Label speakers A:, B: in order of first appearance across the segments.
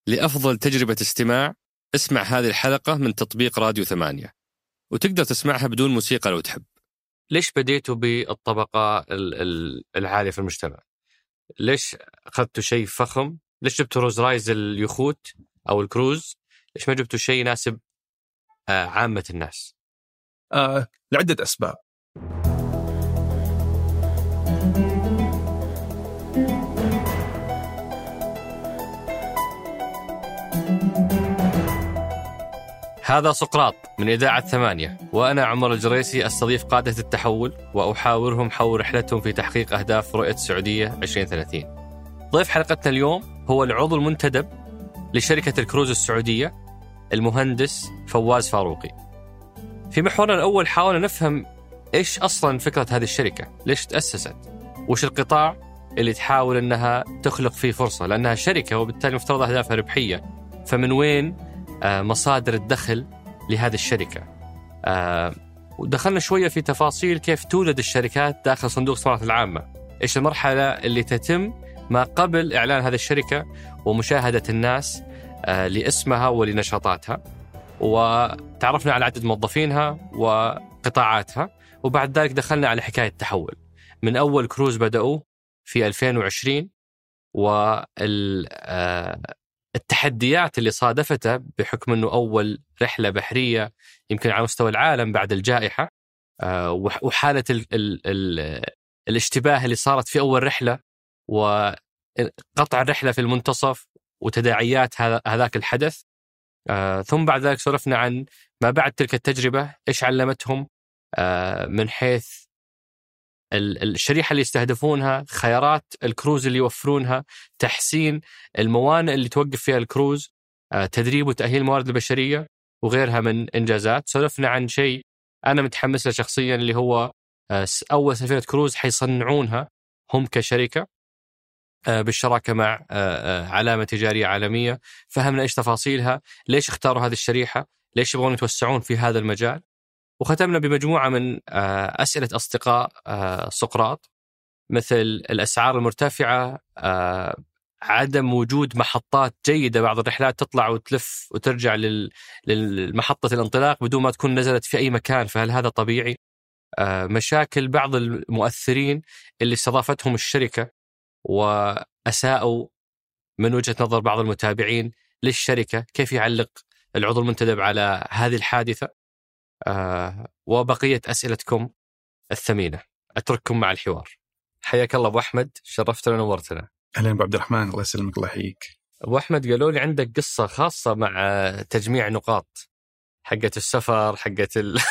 A: لأفضل تجربة استماع اسمع هذه الحلقة من تطبيق راديو 8، وتقدر تسمعها بدون موسيقى لو تحب.
B: ليش بديتوا بالطبقة العالية في المجتمع؟ ليش أخذتوا شيء فخم؟ ليش جبتوا روز رايز اليخوت أو الكروز؟ ليش ما جبتوا شيء يناسب عامة الناس؟
C: لعدة أسباب.
B: هذا سقراط من إذاعة 8، وأنا عمر الجريسي أستضيف قادة التحول وأحاورهم حول رحلتهم في تحقيق أهداف رؤية السعودية 2030. ضيف حلقتنا اليوم هو العضو المنتدب لشركة الكروز السعودية المهندس فواز فاروقي. في محورنا الأول حاولنا نفهم إيش أصلا فكرة هذه الشركة، ليش تأسست، وش القطاع اللي تحاول أنها تخلق فيه فرصة، لأنها شركة وبالتالي مفترض أهدافها ربحية. فمن وين مصادر الدخل لهذه الشركة؟ ودخلنا شوية في تفاصيل كيف تولد الشركات داخل صندوق الاستثمارات العامة، إيش المرحلة اللي تتم ما قبل إعلان هذه الشركة ومشاهدة الناس لاسمها ولنشاطاتها، وتعرفنا على عدد موظفينها وقطاعاتها. وبعد ذلك دخلنا على حكاية التحول من أول كروز بدأوا في 2020 والتحديات اللي صادفته بحكم أنه أول رحلة بحرية يمكن على مستوى العالم بعد الجائحة، وحالة الاشتباه اللي صارت في أول رحلة وقطع الرحلة في المنتصف وتداعيات هذاك الحدث. ثم بعد ذلك صرفنا عن ما بعد تلك التجربة، إيش علمتهم من حيث الشريحة اللي يستهدفونها، خيارات الكروز اللي يوفرونها، تحسين الموانئ اللي توقف فيها الكروز، تدريب وتأهيل الموارد البشرية وغيرها من إنجازات. صرفنا عن شيء أنا متحمس له شخصيا، اللي هو أول سفينة كروز حيصنعونها هم كشركة بالشراكة مع علامة تجارية عالمية. فهمنا إيش تفاصيلها، ليش اختاروا هذه الشريحة، ليش يبغون يتوسعون في هذا المجال. وختمنا بمجموعة من أسئلة أصدقاء سقراط، مثل الأسعار المرتفعة، عدم وجود محطات جيدة، بعض الرحلات تطلع وتلف وترجع للمحطة الانطلاق بدون ما تكون نزلت في أي مكان، فهل هذا طبيعي؟ مشاكل بعض المؤثرين اللي استضافتهم الشركة وأساءوا من وجهة نظر بعض المتابعين للشركة، كيف يعلق العضو المنتدب على هذه الحادثة؟ وبقية أسئلتكم الثمينة. أترككم مع الحوار. حياك الله أبو أحمد، شرفتنا ونورتنا.
C: أهلا أبو عبد الرحمن، الله يسلمك الله يحييك.
B: أبو أحمد، قالوا لي عندك قصة خاصة مع تجميع نقاط حقة السفر، حقة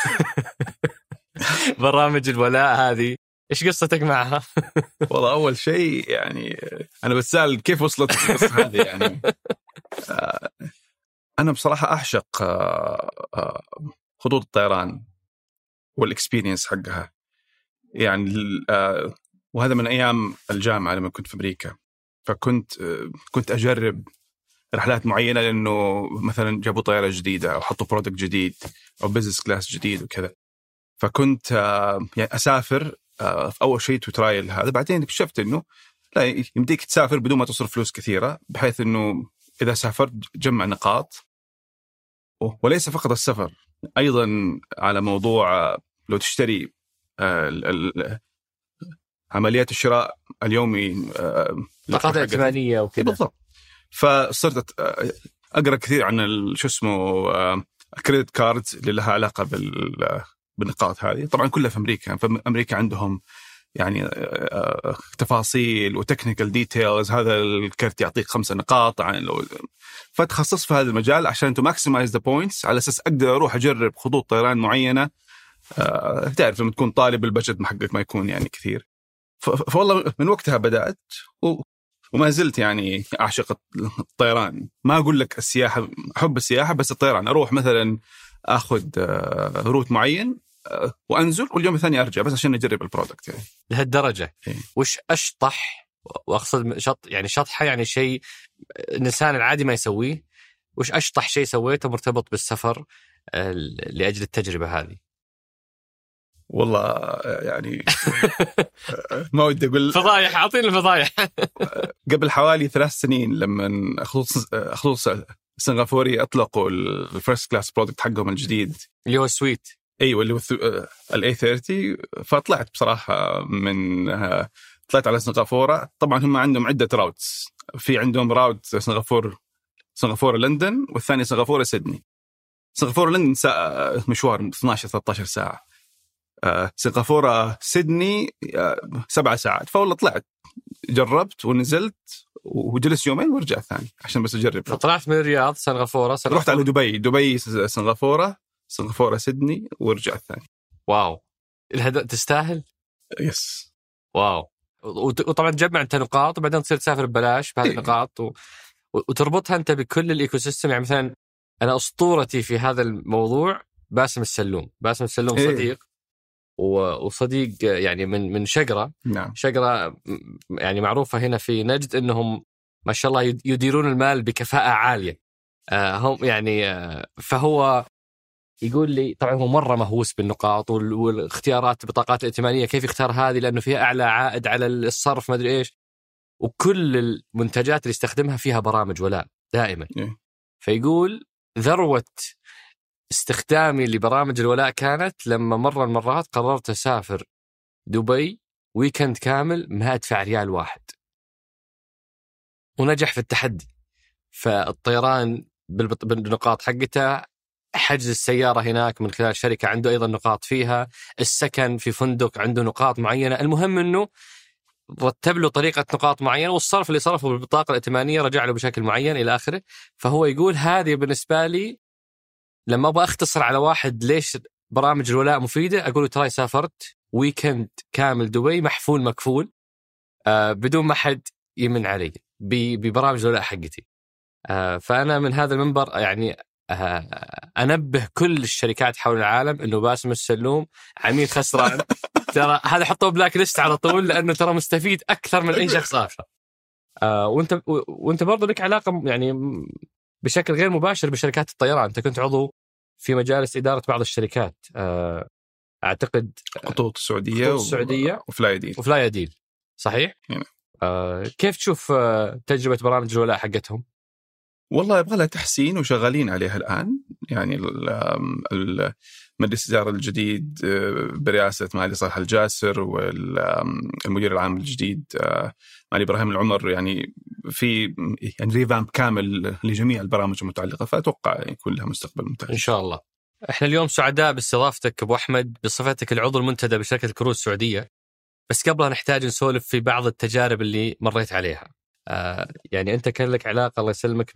B: برامج الولاء هذه، إيش قصتك معها؟
C: والله أول شيء يعني أنا بتسأل كيف وصلت القصة هذه. يعني أنا بصراحة أعشق خطوط الطيران والإكسبيرينس حقها يعني، وهذا من أيام الجامعة لما كنت في أمريكا. فكنت أجرب رحلات معينة، لأنه مثلا جابوا طيارة جديدة أو حطوا برودكت جديد أو بيزنس كلاس جديد وكذا. فكنت يعني أسافر في أول شيء توترايل هذا. بعدين اكتشفت إنه لا، يمديك تسافر بدون ما تصرف فلوس كثيرة، بحيث إنه إذا سافرت جمع نقاط. وليس فقط السفر، أيضا على موضوع لو تشتري عمليات الشراء اليومي،
B: نقاط ائتمانية وكذا.
C: بالضبط. فصرت أقرأ كثير عن شو اسمه كريدت كاردز اللي لها علاقة بالنقاط هذه. طبعا كلها في أمريكا، فأمريكا عندهم يعني تفاصيل وتكنيكال ديتيلز. هذا الكرت يعطيك 5 نقاط فتخصص في هذا المجال عشان تو ماكسمايز ذا بوينتس، على أساس أقدر أروح أجرب خطوط طيران معينة. تعرف لما تكون طالب البجت محقق ما يكون يعني كثير. فوالله من وقتها بدأت وما زلت يعني أعشق الطيران. ما أقول لك السياحة، أحب السياحة، بس الطيران أروح مثلا أخذ روت معين وأنزل، واليوم الثاني أرجع بس عشان أجرب البرودكت يعني.
B: لهالدرجة؟ وش أشطح، وأقصد شطحة يعني شيء الإنسان العادي ما يسويه. وش أشطح شيء سويته مرتبط بالسفر لأجل التجربة هذه؟
C: والله يعني ما ودي أقول
B: فضايح، أعطيني الفضايح.
C: قبل حوالي 3 سنين لما أخلص سنغافوري أطلقوا الفيرست كلاس برودكت حقهم الجديد
B: اللي هو سويت.
C: أيوة اللي هو A30. فطلعت بصراحة طلعت على سنغافورة. طبعا هم عندهم عدة راوتس، في عندهم راوت سنغافورة لندن، والثاني سنغافورة سيدني. سنغافورة لندن مشوار 12-13 ساعة. سنغافورة سيدني 7 ساعات. فوالله طلعت جربت ونزلت وجلس يومين ورجع ثاني عشان بس أجرب.
B: طلعت من الرياض سنغافورة.
C: رحت على دبي سنغافورة سيدني ورجع ثاني.
B: واو، الهدأ تستاهل.
C: يس
B: واو. وطبعا تجمع انت نقاط وبعدين تصير تسافر ببلاش بهذه النقاط وتربطها انت بكل الايكو سيستم. يعني مثلا انا اسطورتي في هذا الموضوع باسم السلوم. صديق وصديق يعني من شقرة.
C: نعم.
B: شقرة يعني معروفة هنا في نجد انهم ما شاء الله يديرون المال بكفاءة عالية. هم يعني فهو يقول لي طبعا هو مرة مهووس بالنقاط والاختيارات البطاقات الائتمانية، كيف يختار هذه لأنه فيها أعلى عائد على الصرف ما أدري إيش، وكل المنتجات اللي يستخدمها فيها برامج ولاء دائما. فيقول ذروة استخدامي لبرامج الولاء كانت لما مرة المرات قررت أسافر دبي ويكند كامل ما أدفع ريال واحد، ونجح في التحدي. فالطيران بالنقاط حقته، حجز السيارة هناك من خلال شركة عنده أيضا نقاط فيها، السكن في فندق عنده نقاط معينة. المهم أنه رتب له طريقة نقاط معينة، والصرف اللي صرفه بالبطاقة الائتمانية رجع له بشكل معين إلى آخره. فهو يقول هذه بالنسبة لي لما أبغى أختصر على واحد ليش برامج الولاء مفيدة، أقول ترى سافرت ويكند كامل دبي محفول مكفول بدون ما حد يمن علي ببرامج الولاء حقتي. فأنا من هذا المنبر يعني أنبه كل الشركات حول العالم أنه باسم السلوم عميل خسران. ترى هذا حطوه بلاك ليست على طول، لأنه ترى مستفيد أكثر من أي شخص آخر. وأنت برضو لك علاقة يعني بشكل غير مباشر بشركات الطيران. أنت كنت عضو في مجالس إدارة بعض الشركات، أعتقد
C: خطوط السعودية وفلاي ديل
B: صحيح؟ كيف تشوف تجربة برامج الولاء حقتهم؟
C: والله يبغى لها تحسين وشغالين عليها الآن. يعني مجلس الإدارة الجديد برئاسة معالي صالح الجاسر والمدير العام الجديد معالي إبراهيم العمر يعني في يعني ريفامب كامل لجميع البرامج المتعلقة. فأتوقع يكون لها مستقبل ممتاز
B: إن شاء الله. إحنا اليوم سعداء باستضافتك أبو أحمد بصفتك العضو المنتدى بشركة الكروز السعودية. بس قبلها نحتاج نسولف في بعض التجارب اللي مريت عليها. يعني أنت كان لك علاقة الله يسلمك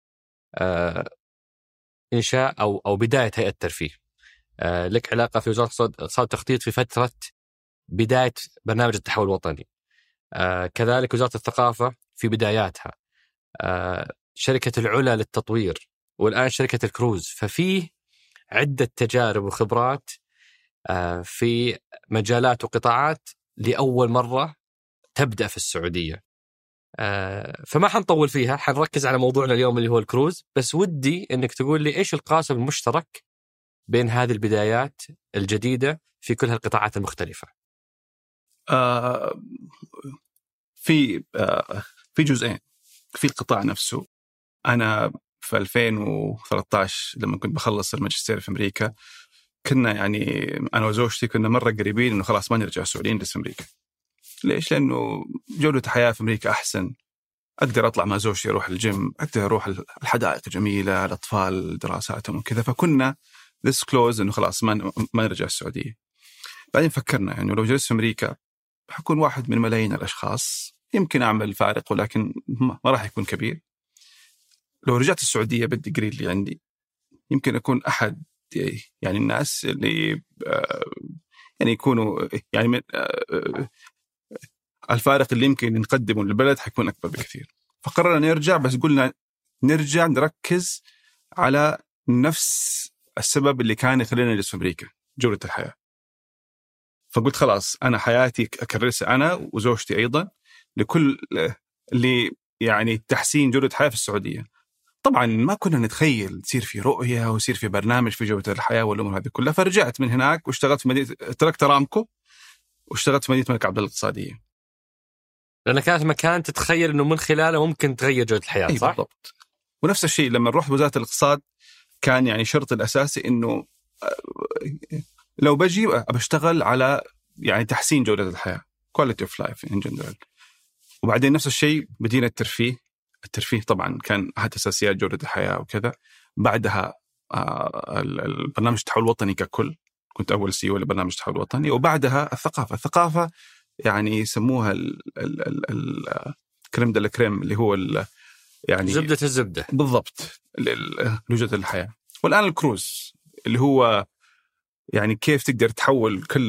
B: إنشاء أو بداية هيئة الترفيه. لك علاقة في وزارة الاقتصاد والتخطيط في فترة بداية برنامج التحول الوطني. كذلك وزارة الثقافة في بداياتها، شركة العلا للتطوير، والآن شركة الكروز. ففيه عدة تجارب وخبرات في مجالات وقطاعات لأول مرة تبدأ في السعودية. فما حنطول فيها، حنركز على موضوعنا اليوم اللي هو الكروز. بس ودي أنك تقول لي إيش القاسم المشترك بين هذه البدايات الجديدة في كل هالقطاعات المختلفة.
C: في جزئين. في القطاع نفسه. أنا في 2013 لما كنت بخلص الماجستير في أمريكا، كنا يعني أنا وزوجتي كنا مرة قريبين إنه خلاص ما نرجع السعودية ندرس أمريكا. ليش؟ لأنه جودة الحياة في أمريكا أحسن. أقدر أطلع مع زوجتي أروح الجيم، أقدر أروح الحدائق الجميلة، الأطفال دراساتهم وكذا. فكنا this close إنه خلاص ما نرجع السعودية. بعدين فكرنا يعني لو جلست في أمريكا حكون واحد من ملايين الأشخاص، يمكن أعمل فارق ولكن ما راح يكون كبير. لو رجعت السعودية بالديجري اللي عندي يمكن أكون أحد يعني الناس اللي يعني يكونوا يعني من الفارق اللي يمكن نقدمه للبلد حيكون أكبر بكثير. فقررنا نرجع، بس قلنا نرجع نركز على نفس السبب اللي كان يخلينا نجلس في أمريكا، جودة الحياة. فقلت خلاص أنا حياتي أكرسها أنا وزوجتي أيضا لكل اللي يعني تحسين جودة حياة في السعودية. طبعا ما كنا نتخيل تصير في رؤية ويصير في برنامج في جودة الحياة والأمور هذه كلها. فرجعت من هناك واشتغلت في مدينة، تركت أرامكو واشتغلت في مدينة الملك عبدالله الاقتصادية،
B: لأن كانت مكان تتخيل أنه من خلاله ممكن تغير جودة الحياة. صح؟
C: بالضبط. ونفس الشيء لما رحت وزارة الاقتصاد كان يعني شرط الأساسي أنه لو بجي أشتغل على يعني تحسين جودة الحياة، quality of life in general. وبعدين نفس الشيء مدينة الترفيه طبعا كان أحد أساسيات جودة الحياة وكذا. بعدها البرنامج التحول الوطني ككل، كنت أول CEO لبرنامج التحول الوطني. وبعدها الثقافة يعني يسموها الكريم دل كريم، اللي هو يعني
B: زبدة الزبدة
C: بالضبط لجودة الحياة. والآن الكروز اللي هو يعني كيف تقدر تحول كل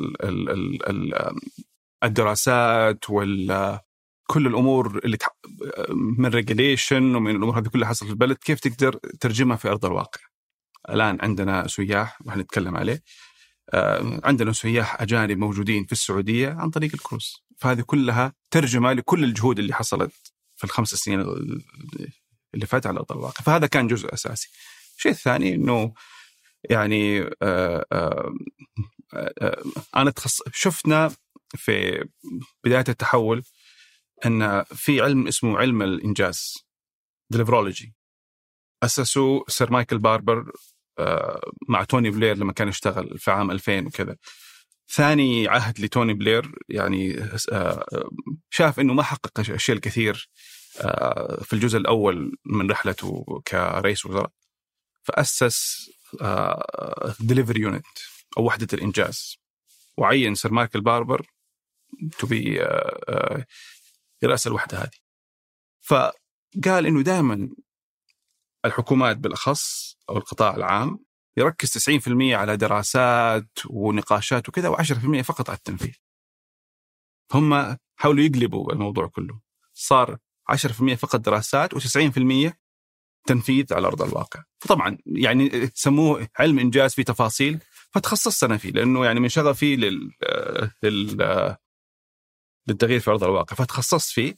C: الدراسات كل الأمور اللي من ريجوليشن ومن الأمور هذه كلها حصل في البلد، كيف تقدر ترجمها في أرض الواقع. الآن عندنا سياح وحنتكلم عليه، عندنا سياح أجانب موجودين في السعودية عن طريق الكروز. فهذه كلها ترجمة لكل الجهود اللي حصلت في ال5 سنين اللي فاتت على أرض الواقع. فهذا كان جزء أساسي. الشيء الثاني إنه يعني أنا شفنا في بداية التحول أن في علم اسمه علم الإنجاز ديليفرولوجي، أسسه سير مايكل باربر مع توني بلير لما كان يشتغل في عام 2000 وكذا. ثاني عهد لتوني بلير يعني شاف أنه ما حقق الشيء الكثير في الجزء الأول من رحلته كرئيس وزراء، فأسس ديليفري يونت أو وحدة الإنجاز، وعين سير مايكل باربر تبي رأس الوحدة هذه. فقال إنه دائما الحكومات بالأخص أو القطاع العام يركز 90% على دراسات ونقاشات وكذا، و10% فقط على التنفيذ. هم حاولوا يقلبوا الموضوع كله، صار 10% فقط دراسات و90% تنفيذ على أرض الواقع. فطبعا يعني سموه علم إنجاز في تفاصيل، فتخصصت أنا فيه لأنه يعني من شغفي للتغيير في أرض الواقع، فتخصصت فيه.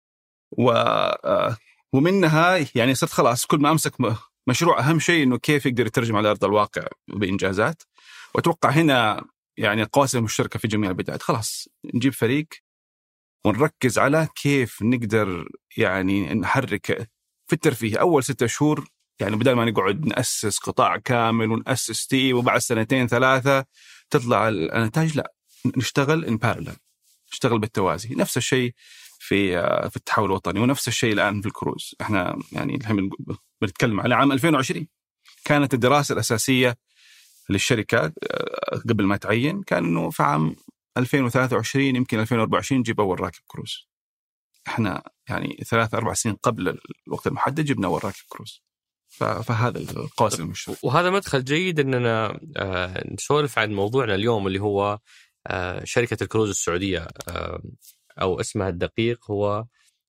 C: ومنها يعني صرت خلاص كل ما أمسك مشروع أهم شيء إنه كيف يقدر يترجم على أرض الواقع بإنجازات. وأتوقع هنا يعني القواسم المشتركة في جميع البدايات، خلاص نجيب فريق ونركز على كيف نقدر يعني نحرك في الترفيه. أول 6 شهور يعني بدل ما نقعد نأسس قطاع كامل ونأسس تيم وبعد 2-3 تطلع النتائج، لا، نشتغل in parallel، نشتغل بالتوازي. نفس الشيء في التحول الوطني، ونفس الشيء الآن في الكروز. احنا يعني الحين بنتكلم على عام 2020 كانت الدراسة الأساسية للشركة قبل ما تعين كان إنه في عام 2023 يمكن 2024 نجيب أول راكب كروز. احنا يعني 3-4 سنين قبل الوقت المحدد جبنا أول راكب كروز. فهذا القاسم المشروع.
B: وهذا مدخل جيد أننا نسولف عن موضوعنا اليوم اللي هو شركة الكروز السعودية، أو اسمها الدقيق هو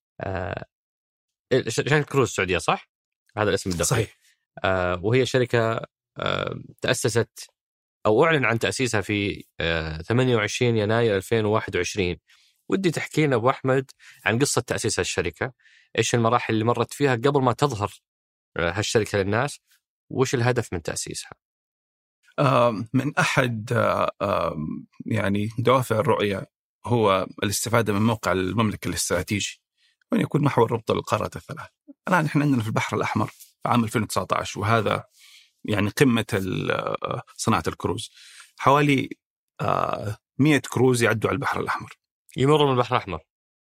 B: شركة الكروز السعودية، صح؟ هذا الاسم الدقيق.
C: صحيح.
B: وهي شركة تأسست أو أعلن عن تأسيسها في 28 يناير 2021. ودي تحكي لنا أبو أحمد عن قصة تأسيس هالشركة، إيش المراحل اللي مرت فيها قبل ما تظهر هالشركة للناس، وإيش الهدف من تأسيسها؟
C: من أحد يعني دوافع الرؤية هو الاستفادة من موقع المملكة الاستراتيجي، وأن يكون محور ربط القارات الثلاث. الآن إحنا عندنا في البحر الأحمر في عام 2019، وهذا يعني قمة صناعة الكروز. حوالي 100 كروز يعدوا على البحر الأحمر،
B: يمروا من البحر الأحمر.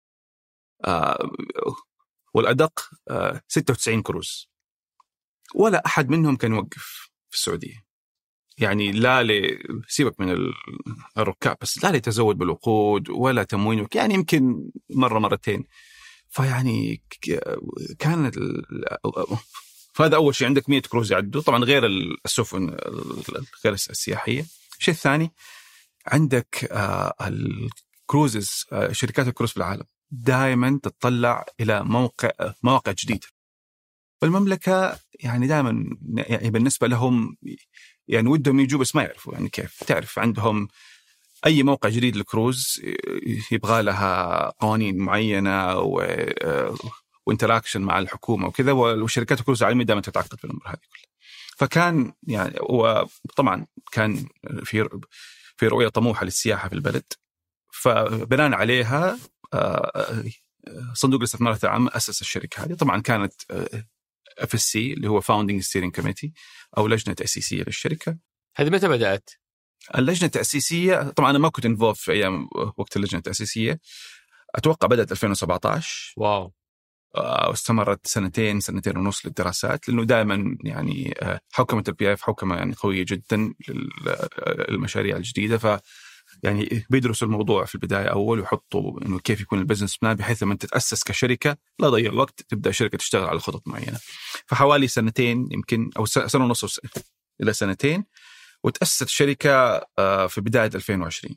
C: والأدق 96 كروز، ولا أحد منهم كان يوقف في السعودية. يعني لا سيبك من الركاب بس، لا لتزود بالوقود ولا تموين، يعني يمكن مرة مرتين. فيعني كانت فهذا أول شيء، عندك 100 كروز يعدوا، طبعا غير السفن غير السياحية. الشيء الثاني عندك الكروزز، شركات الكروز في العالم دائما تتطلع إلى مواقع جديدة. والمملكة يعني دائما يعني بالنسبة لهم يعني ودهم يجوا بس ما يعرفوا يعني كيف. تعرف عندهم أي موقع جديد للكروز يبغى لها قوانين معينة وانتراكشن مع الحكومة وكذا، والشركات الكروز العالمية دائما تتعاقد في الأمور هذه كلها. فكان يعني وطبعا كان في رؤية طموحة للسياحة في البلد، فبناء عليها صندوق الاستثمارات العامة أسس الشركة هذه. طبعا كانت FSC اللي هو Founding Steering Committee أو لجنة تأسيسية للشركة.
B: هذه متى بدأت؟
C: اللجنة التأسيسية طبعا أنا ما كنت انفولف في أيام وقت اللجنة التأسيسية، أتوقع بدأت 2017.
B: واو.
C: واستمرت سنتين ونص للدراسات، لأنه دائما يعني حوكمة الPIF حوكمة يعني قوية جدا للمشاريع الجديدة، ف يعني بيدرسوا الموضوع في البداية أول ويحطوا إنه كيف يكون البزنس بلان، بحيث لما تتأسس كشركة لا ضيع وقت تبدأ الشركة تشتغل على خطط معينة. فحوالي سنتين يمكن أو سنة ونص إلى سنتين، وتأسست الشركة في بداية 2020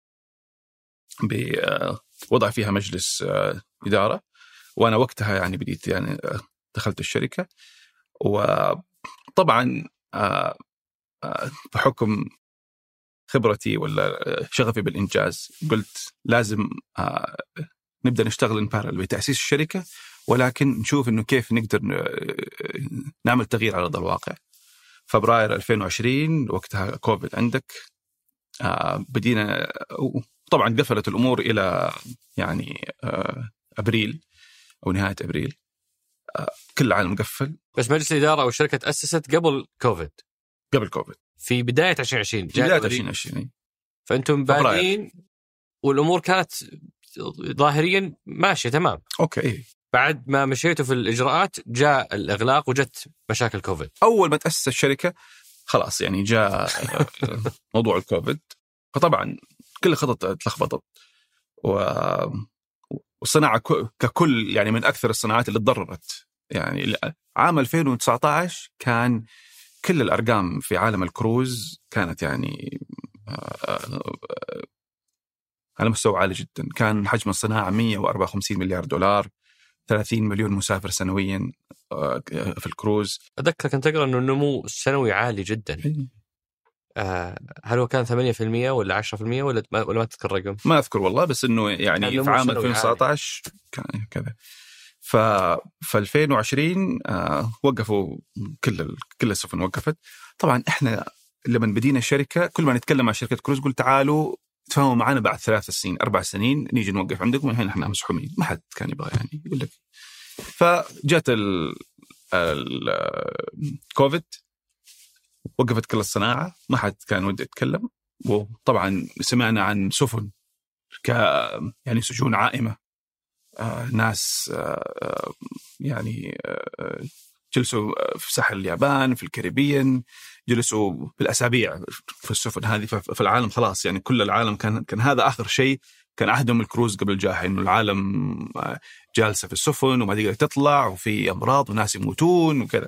C: بوضع فيها مجلس إدارة، وأنا وقتها يعني بديت يعني دخلت الشركة. وطبعا بحكم خبرتي ولا شغفي بالإنجاز قلت لازم نبدأ نشتغل إن بارل بتأسيس الشركة، ولكن نشوف إنه كيف نقدر نعمل تغيير على أرض الواقع. فبراير 2020 وقتها كوفيد عندك، بدينا طبعا قفلت الأمور إلى يعني أبريل أو نهاية أبريل، كل العالم مقفل.
B: بس مجلس الإدارة أو الشركة تأسست قبل كوفيد في بداية 2020.
C: بداية 2020.
B: فأنتم بادئين والأمور كانت ظاهريا ماشية تمام.
C: أوكي.
B: بعد ما مشيتوا في الإجراءات جاء الإغلاق وجت مشاكل كوفيد.
C: أول ما تأسس الشركة خلاص يعني جاء موضوع الكوفيد، فطبعا كل الخطط اتلخبطت، والصناعة ككل يعني من أكثر الصناعات اللي تضررت. يعني عام 2019 كان كل الأرقام في عالم الكروز كانت يعني على مستوى عالي جدا. كان حجم الصناعة 154 مليار دولار، 30 مليون مسافر سنويا في الكروز.
B: أذكر كنت أقرأ أنه النمو السنوي عالي جدا. هل هو كان 8% ولا 10% ولا ما تذكر الرقم؟
C: ما أذكر والله، بس إنه يعني في عام 2019 كان كذا. في 2020 وقفوا كل السفن وقفت. طبعا إحنا لما بدينا الشركة كل ما نتكلم مع شركة كروز قلت تعالوا تفهموا معنا بعد 3 سنين 4 سنين نيجي نوقف عندكم، الحين إحنا مسحومين، ما حد كان يبغى يعني يقول لك. فجات الكوفيد وقفت كل الصناعة، ما حد كان وده يتكلم. وطبعا سمعنا عن سفن يعني سجون عائمة، ناس يعني جلسوا في ساحل اليابان في الكاريبيين، جلسوا بالأسابيع في السفن هذه. في العالم خلاص يعني كل العالم كان هذا آخر شيء كان عهدهم الكروز قبل جاحة، إنه العالم جالسة في السفن وما تقدر تطلع وفي أمراض وناس يموتون وكذا.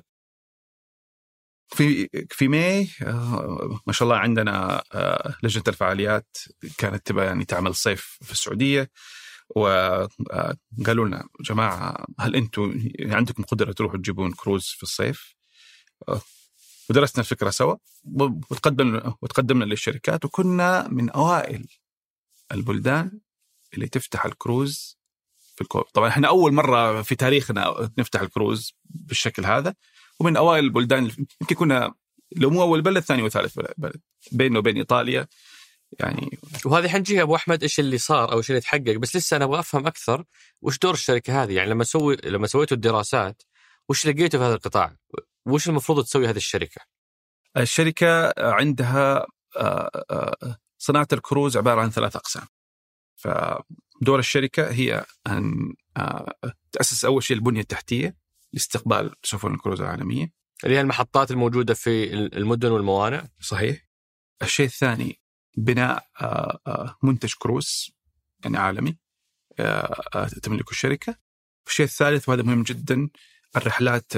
C: في ماي ما شاء الله عندنا لجنة الفعاليات كانت تبقى يعني تعمل صيف في السعودية، وقالوا لنا جماعة هل أنتم عندكم قدرة تروحوا تجيبون كروز في الصيف؟ ودرسنا الفكرة سوا وتقدمنا للشركات، وكنا من أوائل البلدان اللي تفتح الكروز في الكوفيد. طبعا احنا أول مرة في تاريخنا نفتح الكروز بالشكل هذا، ومن أوائل البلدان يمكن كنا لو مو أول بلد ثاني وثالث بلد بيننا وبين إيطاليا يعني.
B: وهذه حنجيها أبو أحمد إيش اللي صار أو إيش اللي تحقق، بس لسه أنا أبغى أفهم أكثر وش دور الشركة هذه. يعني لما سويتوا الدراسات وش لقيتوا في هذا القطاع، وش المفروض تسوي هذه الشركة؟
C: الشركة عندها صناعة الكروز عبارة عن 3 أقسام. فدور الشركة هي أن تأسس أول شيء البنية التحتية لاستقبال سفن الكروز العالمية،
B: اللي هي المحطات الموجودة في المدن والموانئ.
C: صحيح. الشيء الثاني بناء منتج كروز يعني عالمي تملكه الشركة. الشيء الثالث وهذا مهم جدا الرحلات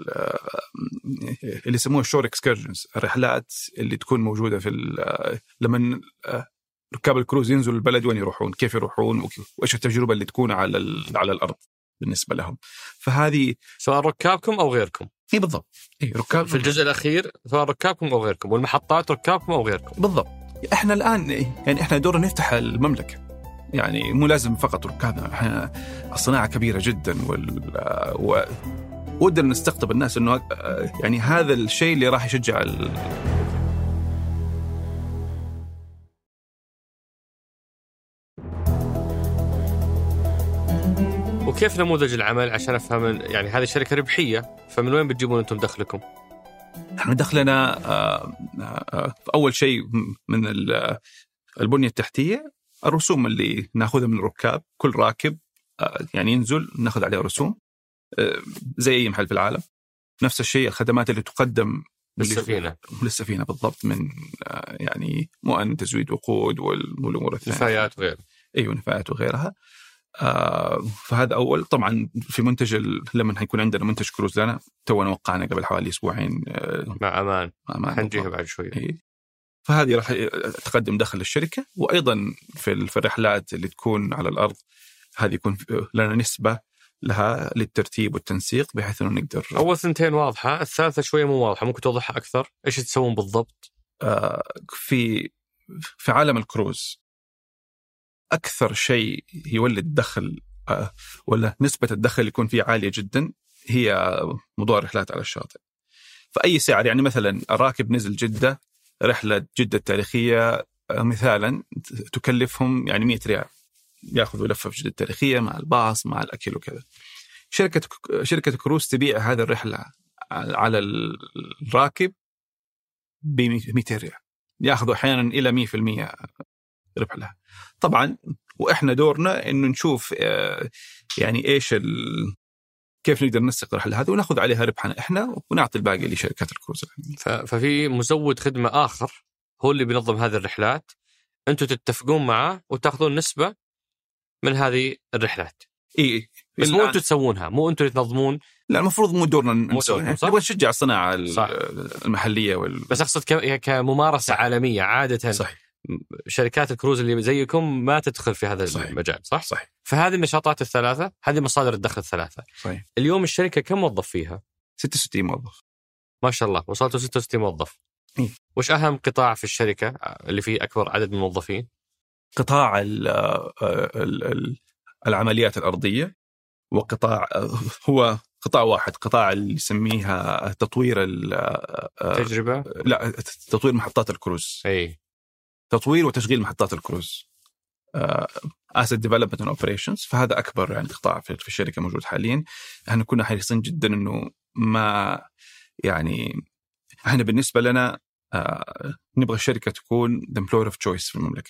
C: اللي يسموها شور اكسكيرجنز، الرحلات اللي تكون موجودة في لما ركاب الكروز ينزلوا البلد وين يروحون، كيف يروحون، وإيش التجربة اللي تكون على الأرض بالنسبة لهم. فهذه
B: سواء ركابكم أو غيركم.
C: إيه بالضبط. إيه ركاب
B: في الجزء الأخير سواء ركابكم أو غيركم، والمحطات ركابكم أو غيركم.
C: بالضبط. إحنا الآن يعني إحنا دورنا نفتح المملكة، يعني مو لازم فقط ركابنا، احنا الصناعة كبيرة جدا ودنا نستقطب الناس انه يعني هذا الشيء اللي راح يشجع
B: وكيف نموذج العمل عشان افهم؟ يعني هذه شركة ربحية، فمن وين بتجيبون انتم دخلكم؟
C: احنا دخلنا اول شيء من البنية التحتية، الرسوم اللي ناخذها من الركاب، كل راكب يعني ينزل ناخذ عليه رسوم زي اي محل في العالم. نفس الشيء الخدمات اللي تقدم للسفينة بالضبط، من يعني مؤن تزويد وقود والامور الثانيه،
B: نفايات وغيرها.
C: ايوه نفايات وغيرها. فهذا أول. طبعا في منتج لما هيكون عندنا منتج كروز لنا، تونا وقعنا قبل حوالي أسبوعين
B: مع أمان حنجيها بعد شوية.
C: فهذه راح تقدم دخل للشركة. وأيضا في الرحلات اللي تكون على الأرض، هذه يكون لنا نسبة لها للترتيب والتنسيق، بحيث أنه نقدر.
B: أول ثنتين واضحة، الثالثة شوية مو واضحة، ممكن توضحها أكثر؟ إيش تسوون بالضبط؟
C: في عالم الكروز أكثر شيء يولد دخل ولا نسبة الدخل يكون فيه عالية جدا هي موضوع الرحلات على الشاطئ. فأي سعر، يعني مثلا الراكب نزل جدة، رحلة جدة التاريخية مثالا تكلفهم يعني 100 ريال، يأخذوا لفة في جدة التاريخية مع الباص مع الأكل وكذا. شركة كروز تبيع هذه الرحلة على الراكب ب 200 ريال، يأخذوا أحيانا إلى 100% ربح لها. طبعا وإحنا دورنا إنه نشوف يعني إيش كيف نقدر نسق الرحلة هذه ونأخذ عليها ربحنا إحنا، ونعطي الباقي لشركات الكروز.
B: ففي مزود خدمة آخر هو اللي بينظم هذه الرحلات، أنتوا تتفقون معه وتأخذون نسبة من هذه الرحلات.
C: إيه
B: بس مو أنتوا تسوونها، مو أنتوا تنظمون.
C: لا، المفروض مو دورنا نبغى نشجع الصناعة المحلية
B: بس أقصد كممارسة عالمية عادة.
C: صحيح.
B: شركات الكروز اللي زيكم ما تدخل في هذا المجال، صح؟
C: صحيح.
B: فهذه النشاطات الثلاثة، هذه مصادر الدخل الثلاثة.
C: صحيح.
B: اليوم الشركة كم موظف فيها؟
C: 66 موظف.
B: ما شاء الله، وصلتوا 66 موظف. وش أهم قطاع في الشركة اللي فيه أكبر عدد من الموظفين؟
C: قطاع العمليات الأرضية، وقطاع هو قطاع واحد، قطاع اللي يسميها تطوير
B: التجربة.
C: لا، تطوير محطات الكروز. تطوير وتشغيل محطات الكروز، asset development and operations. فهذا أكبر يعني قطاع في الشركة موجود حاليا. احنا كنا حريصين جدا إنه ما يعني احنا بالنسبة لنا نبغى الشركة تكون the employer of choice في المملكة،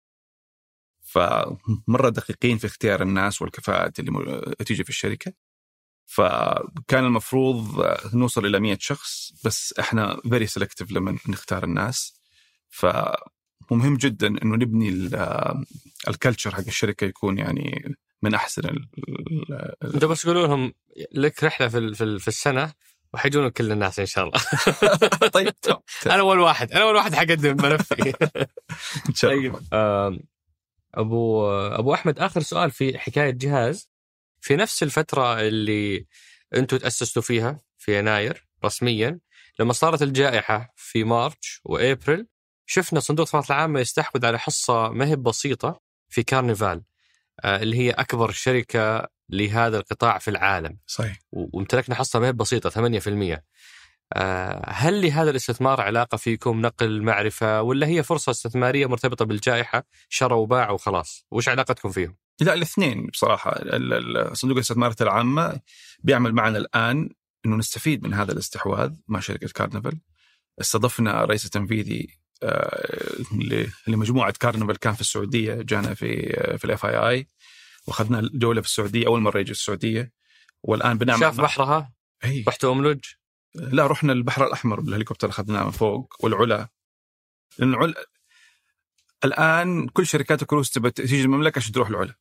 C: فمرة دقيقين في اختيار الناس والكفاءات اللي تيجي في الشركة. فكان المفروض نوصل إلى 100 شخص، بس احنا very selective لما نختار الناس. فمهم جدا إنه نبني الكالتشر حق الشركة يكون يعني من أحسن.
B: أنت بس قولوا لهم لك رحلة في السنة وحيجون كل الناس إن شاء الله.
C: طيب.
B: أنا أول واحد حقدم ملفي.
C: إن شاء الله.
B: أبو أحمد، آخر سؤال في حكاية جهاز. في نفس الفترة اللي أنتوا تأسستوا فيها في يناير رسميا، لما صارت الجائحة في مارش وأبريل، شفنا صندوق الثروات العامة يستحوذ على حصة ما هي بسيطة في كارنيفال، اللي هي أكبر شركة لهذا القطاع في العالم.
C: صحيح.
B: وامتلكنا حصة ما هي بسيطة 8%. هل لهذا الاستثمار علاقة فيكم، نقل معرفة، ولا هي فرصة استثمارية مرتبطة بالجائحة، شروا وباعوا وخلاص؟ وش علاقتكم فيهم؟
C: لا، الاثنين بصراحة. صندوق الاستثمارات العامة بيعمل معنا الآن إنه نستفيد من هذا الاستحواذ مع شركة كارنيفال. استضفنا رئيس التنفيذي لمجموعة كارنيفال، كان في السعودية، جانا في الFII وأخذنا الجولة في السعودية، أول مرة يجي السعودية. والآن بنعمل
B: شاف بحرها. رحتوا أملج؟
C: لا، رحنا البحر الأحمر بالهليكوبتر، أخذناه من فوق، والعلا. لأن الآن كل شركات الكروز تبى تيجي المملكة عشان تروح العلا.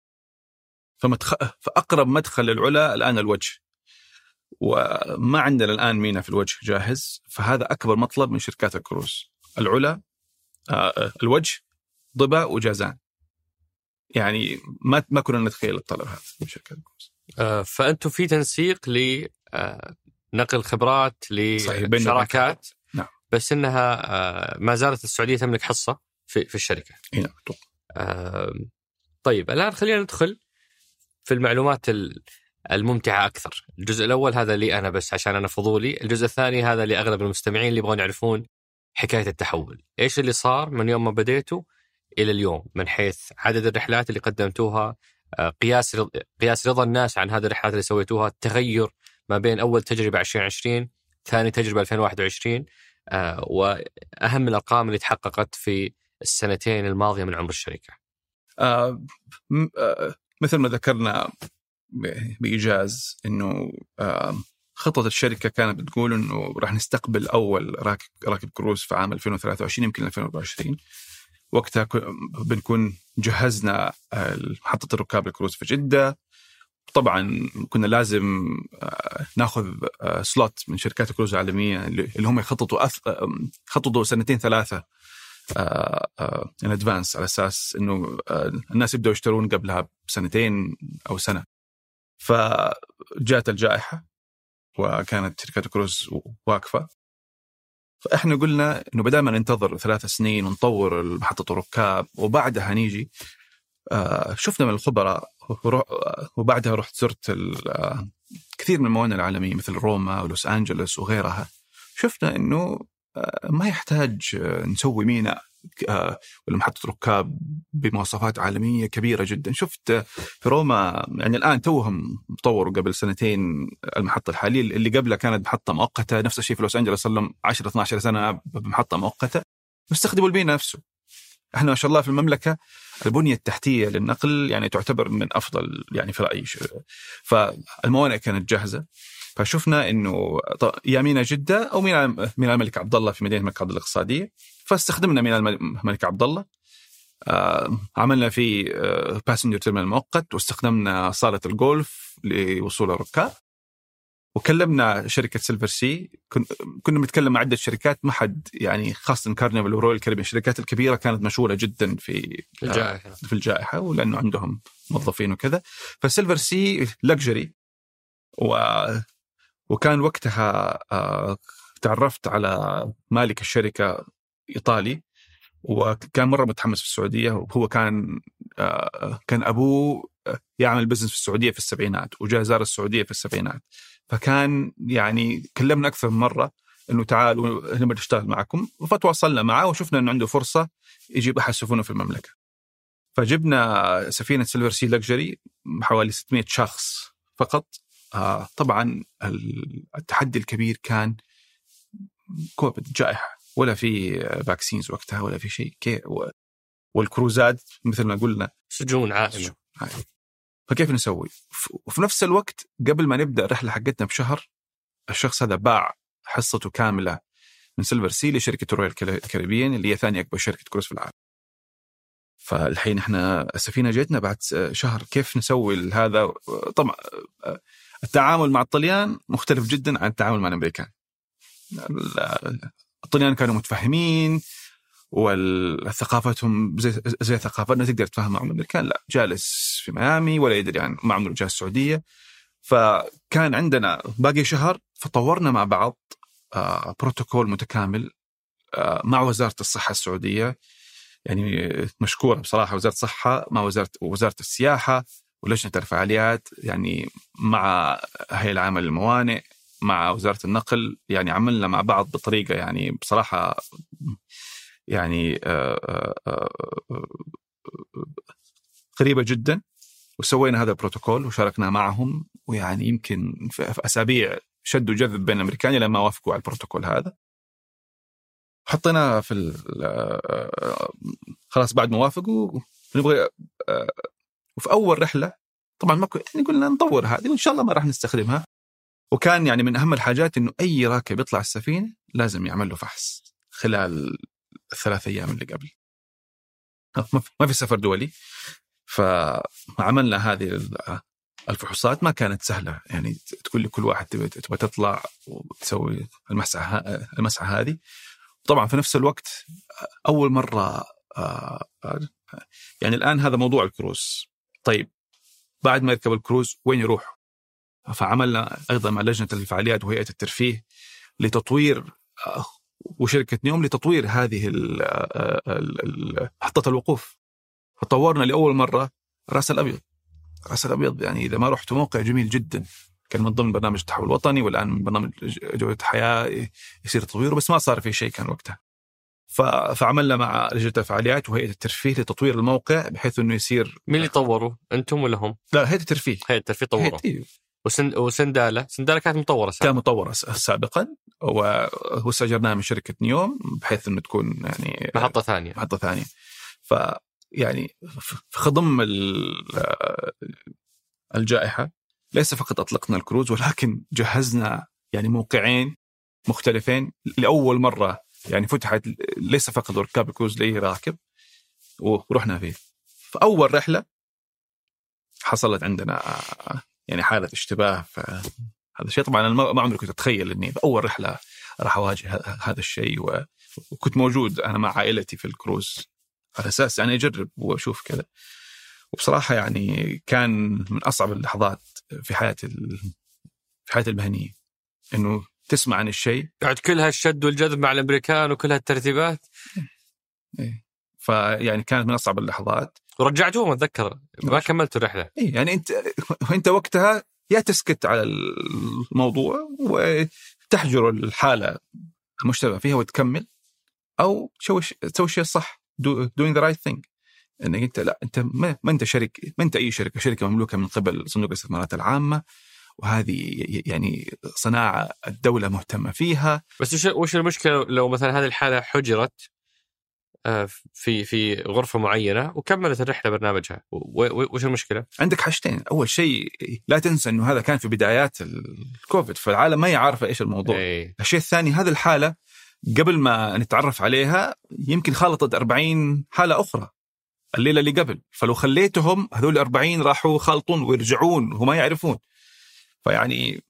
C: فأقرب مدخل للعلا الآن الوجه، وما عندنا الآن مينا في الوجه جاهز. فهذا أكبر مطلب من شركات الكروز، العلا، الوجه، ضبا وجازان. يعني ما كنا نتخيل الطلب هذا من شركات الكروز.
B: فأنتم في تنسيق لنقل خبرات لشراكات.
C: نعم.
B: بس إنها ما زالت السعودية تملك حصة في الشركة.
C: نعم.
B: طيب الآن خلينا ندخل في المعلومات الممتعة أكثر. الجزء الأول هذا لي أنا بس عشان أنا فضولي، الجزء الثاني هذا لأغلب المستمعين اللي يبغون يعرفون حكاية التحول، إيش اللي صار من يوم ما بديتوا إلى اليوم من حيث عدد الرحلات اللي قدمتوها، قياس رضا الناس عن هذه الرحلات اللي سويتوها، التغير ما بين أول تجربة 2020 ثاني تجربة 2021، وأهم الأرقام اللي تحققت في السنتين الماضية من عمر الشركة.
C: مثل ما ذكرنا بإيجاز إنه خطة الشركة كانت بتقول إنه راح نستقبل أول راكب كروز في عام 2023 يمكن 2024. وقتها بنكون جهزنا محطة الركاب الكروز في جدة. طبعا كنا لازم ناخذ سلوت من شركات الكروز العالمية اللي هم خططوا سنتين ثلاثة in advance على أساس إنه الناس يبدأوا يشترون قبلها بسنتين أو سنة. فجاءت الجائحة وكانت شركات الكروز واقفة، فإحنا قلنا إنه بدل ما ننتظر 3 سنين ونطور محطة الركاب وبعدها نيجي، شفنا من الخبراء وبعدها رحت زرت كثير من الموانئ العالمية مثل روما ولوس أنجلوس وغيرها. شفنا إنه ما يحتاج نسوي ميناء ولا محطة ركاب بمواصفات عالمية كبيرة جدا. شفت في روما يعني الآن توهم طوروا قبل سنتين المحطة الحالية، اللي قبلها كانت محطة مؤقتة. نفس الشيء في لوس أنجلوس صار لهم 10-12 سنة بمحطة مؤقتة، نستخدموا الميناء نفسه. احنا ما شاء الله في المملكة البنية التحتية للنقل يعني تعتبر من أفضل يعني في رأيي. فالموانئ كانت جاهزة، فشفنا إنه يا ميناء جدة أو ميناء الملك عبد الله في مدينة الملك عبد الله الاقتصادية، فاستخدمنا ميناء الملك عبد الله. عملنا فيه باسنجر تيرمينال مؤقت، واستخدمنا صالة الجولف لوصول الركاب. وكلمنا شركة سيلفر سي، كنا نتكلم مع عدة شركات، ما حد يعني خاصة كارنيفال ورويال كاريبيان، الشركات الكبيرة كانت مشغولة جدا في الجائحة ولأنه عندهم موظفين وكذا. فسيلفر سي لكجري، وكان وقتها تعرفت على مالك الشركة إيطالي، وكان مرة متحمس في السعودية. وهو كان أبوه يعمل بزنس في السعودية في السبعينات، وجاء زار السعودية في السبعينات. فكان يعني كلمنا أكثر من مرة إنه تعالوا نبغى نشتغل معكم، فتواصلنا معه وشفنا إنه عنده فرصة يجيب أحد سفنه في المملكة. فجبنا سفينة سيلفر سي لكجري حوالي 600 شخص فقط. طبعا التحدي الكبير كان كوفيد، جائحة، ولا في فاكسينز وقتها ولا في شيء، والكروزات مثل ما قلنا
B: سجون عائمة.
C: فكيف نسوي؟ وفي نفس الوقت قبل ما نبدأ الرحلة حقتنا بشهر، الشخص هذا باع حصته كاملة من سيلفر سي لشركة رويال كاريبيان اللي هي ثاني أكبر شركة كروز في العالم. فالحين احنا السفينة جيتنا بعد شهر، كيف نسوي هذا؟ طبعا التعامل مع الطليان مختلف جدا عن التعامل مع الأمريكان. الطليان كانوا متفهمين والثقافتهم زي ثقافتنا، تقدر تفهم. مع الأمريكان لا، جالس في ميامي ولا يدري عن ما عمره جاء السعودية. فكان عندنا باقي شهر، فطورنا مع بعض بروتوكول متكامل مع وزارة الصحة السعودية. يعني مشكورة بصراحة وزارة الصحة مع وزارة السياحة ولجنة الفعاليات، يعني مع هيئة العامة للموانئ، مع وزارة النقل. يعني عملنا مع بعض بطريقة يعني بصراحة يعني قريبة جدا، وسوينا هذا البروتوكول وشاركنا معهم. ويعني يمكن في أسابيع شدوا جذب بين الأمريكان لما وافقوا على البروتوكول هذا. حطينا في خلاص بعد ما وافقوا نبغى. وفي أول رحلة طبعا ما يعني قلنا نطور هذه وإن شاء الله ما راح نستخدمها. وكان يعني من أهم الحاجات إنه أي راكب يطلع السفينة لازم يعمل له فحص خلال 3 أيام اللي قبل، ما في سفر دولي. فعملنا هذه الفحوصات، ما كانت سهلة. يعني تقول لكل واحد تبغى تطلع وتسوي المسحة هذه. طبعا في نفس الوقت أول مرة يعني الآن هذا موضوع الكروز. طيب بعد ما يركب الكروز وين يروح؟ فعملنا أيضا مع لجنة الفعاليات وهيئة الترفيه لتطوير وشركة نيوم لتطوير هذه محطة الوقوف. فطورنا لأول مرة راس الأبيض يعني إذا ما رحت موقع جميل جدا، كان من ضمن برنامج التحول الوطني، والآن من برنامج جودة الحياة يصير تطويره، بس ما صار في شيء كان وقتها. فعملنا مع لجنة الفعاليات وهيئة الترفيه لتطوير الموقع بحيث إنه يصير.
B: مين اللي طوروا، أنتم ولا هم؟
C: لا، هيئة الترفيه.
B: هيئة الترفيه طوروا. وسندالة كانت مطورة سابقا.
C: كان مطورة سابقا واستأجرناها من شركة نيوم بحيث إنه تكون يعني
B: محطة ثانية.
C: يعني خضم الجائحة ليس فقط أطلقنا الكروز، ولكن جهزنا يعني موقعين مختلفين لأول مرة، يعني فتحت ليس فقط ركاب الكروز ليه راكب، ورحنا فيه. فأول رحلة حصلت عندنا يعني حالة اشتباه في هذا الشيء. طبعا أنا ما عمري كنت أتخيل إني بأول رحلة راح أواجه هذا الشيء، وكنت موجود أنا مع عائلتي في الكروز على أساس يعني أجرب وأشوف كذا. وبصراحة يعني كان من أصعب اللحظات في حياتي المهنية، إنه تسمع عن الشيء
B: بعد كل هالشد والجذب مع الأمريكان وكل هالترتيبات.
C: فيعني كانت من أصعب اللحظات.
B: ورجعتوهم أتذكر ما كملتوا الرحلة.
C: يعني أنت وقتها يا تسكت على الموضوع وتحجر الحالة المشتبه فيها وتكمل، أو تسوي الشيء الصح، doing the right thing. انك انت لا، انت ما انت شركه، ما انت اي شركه مملوكه من قبل صندوق الاستثمارات العامه، وهذه يعني صناعه الدوله مهتمه فيها.
B: بس وش المشكله لو مثلا هذه الحاله حجرت في غرفه معينه وكملت الرحله برنامجها؟ وش المشكله؟
C: عندك حاجتين. اول شيء لا تنسى انه هذا كان في بدايات الكوفيد، فالعالم ما يعرف ايش الموضوع. الشيء الثاني، هذه الحاله قبل ما نتعرف عليها يمكن خالطت 40 حاله اخرى الليلة اللي قبل، فلو خليتهم هذول 40 راحوا خالطون ويرجعون وما يعرفون. فيعني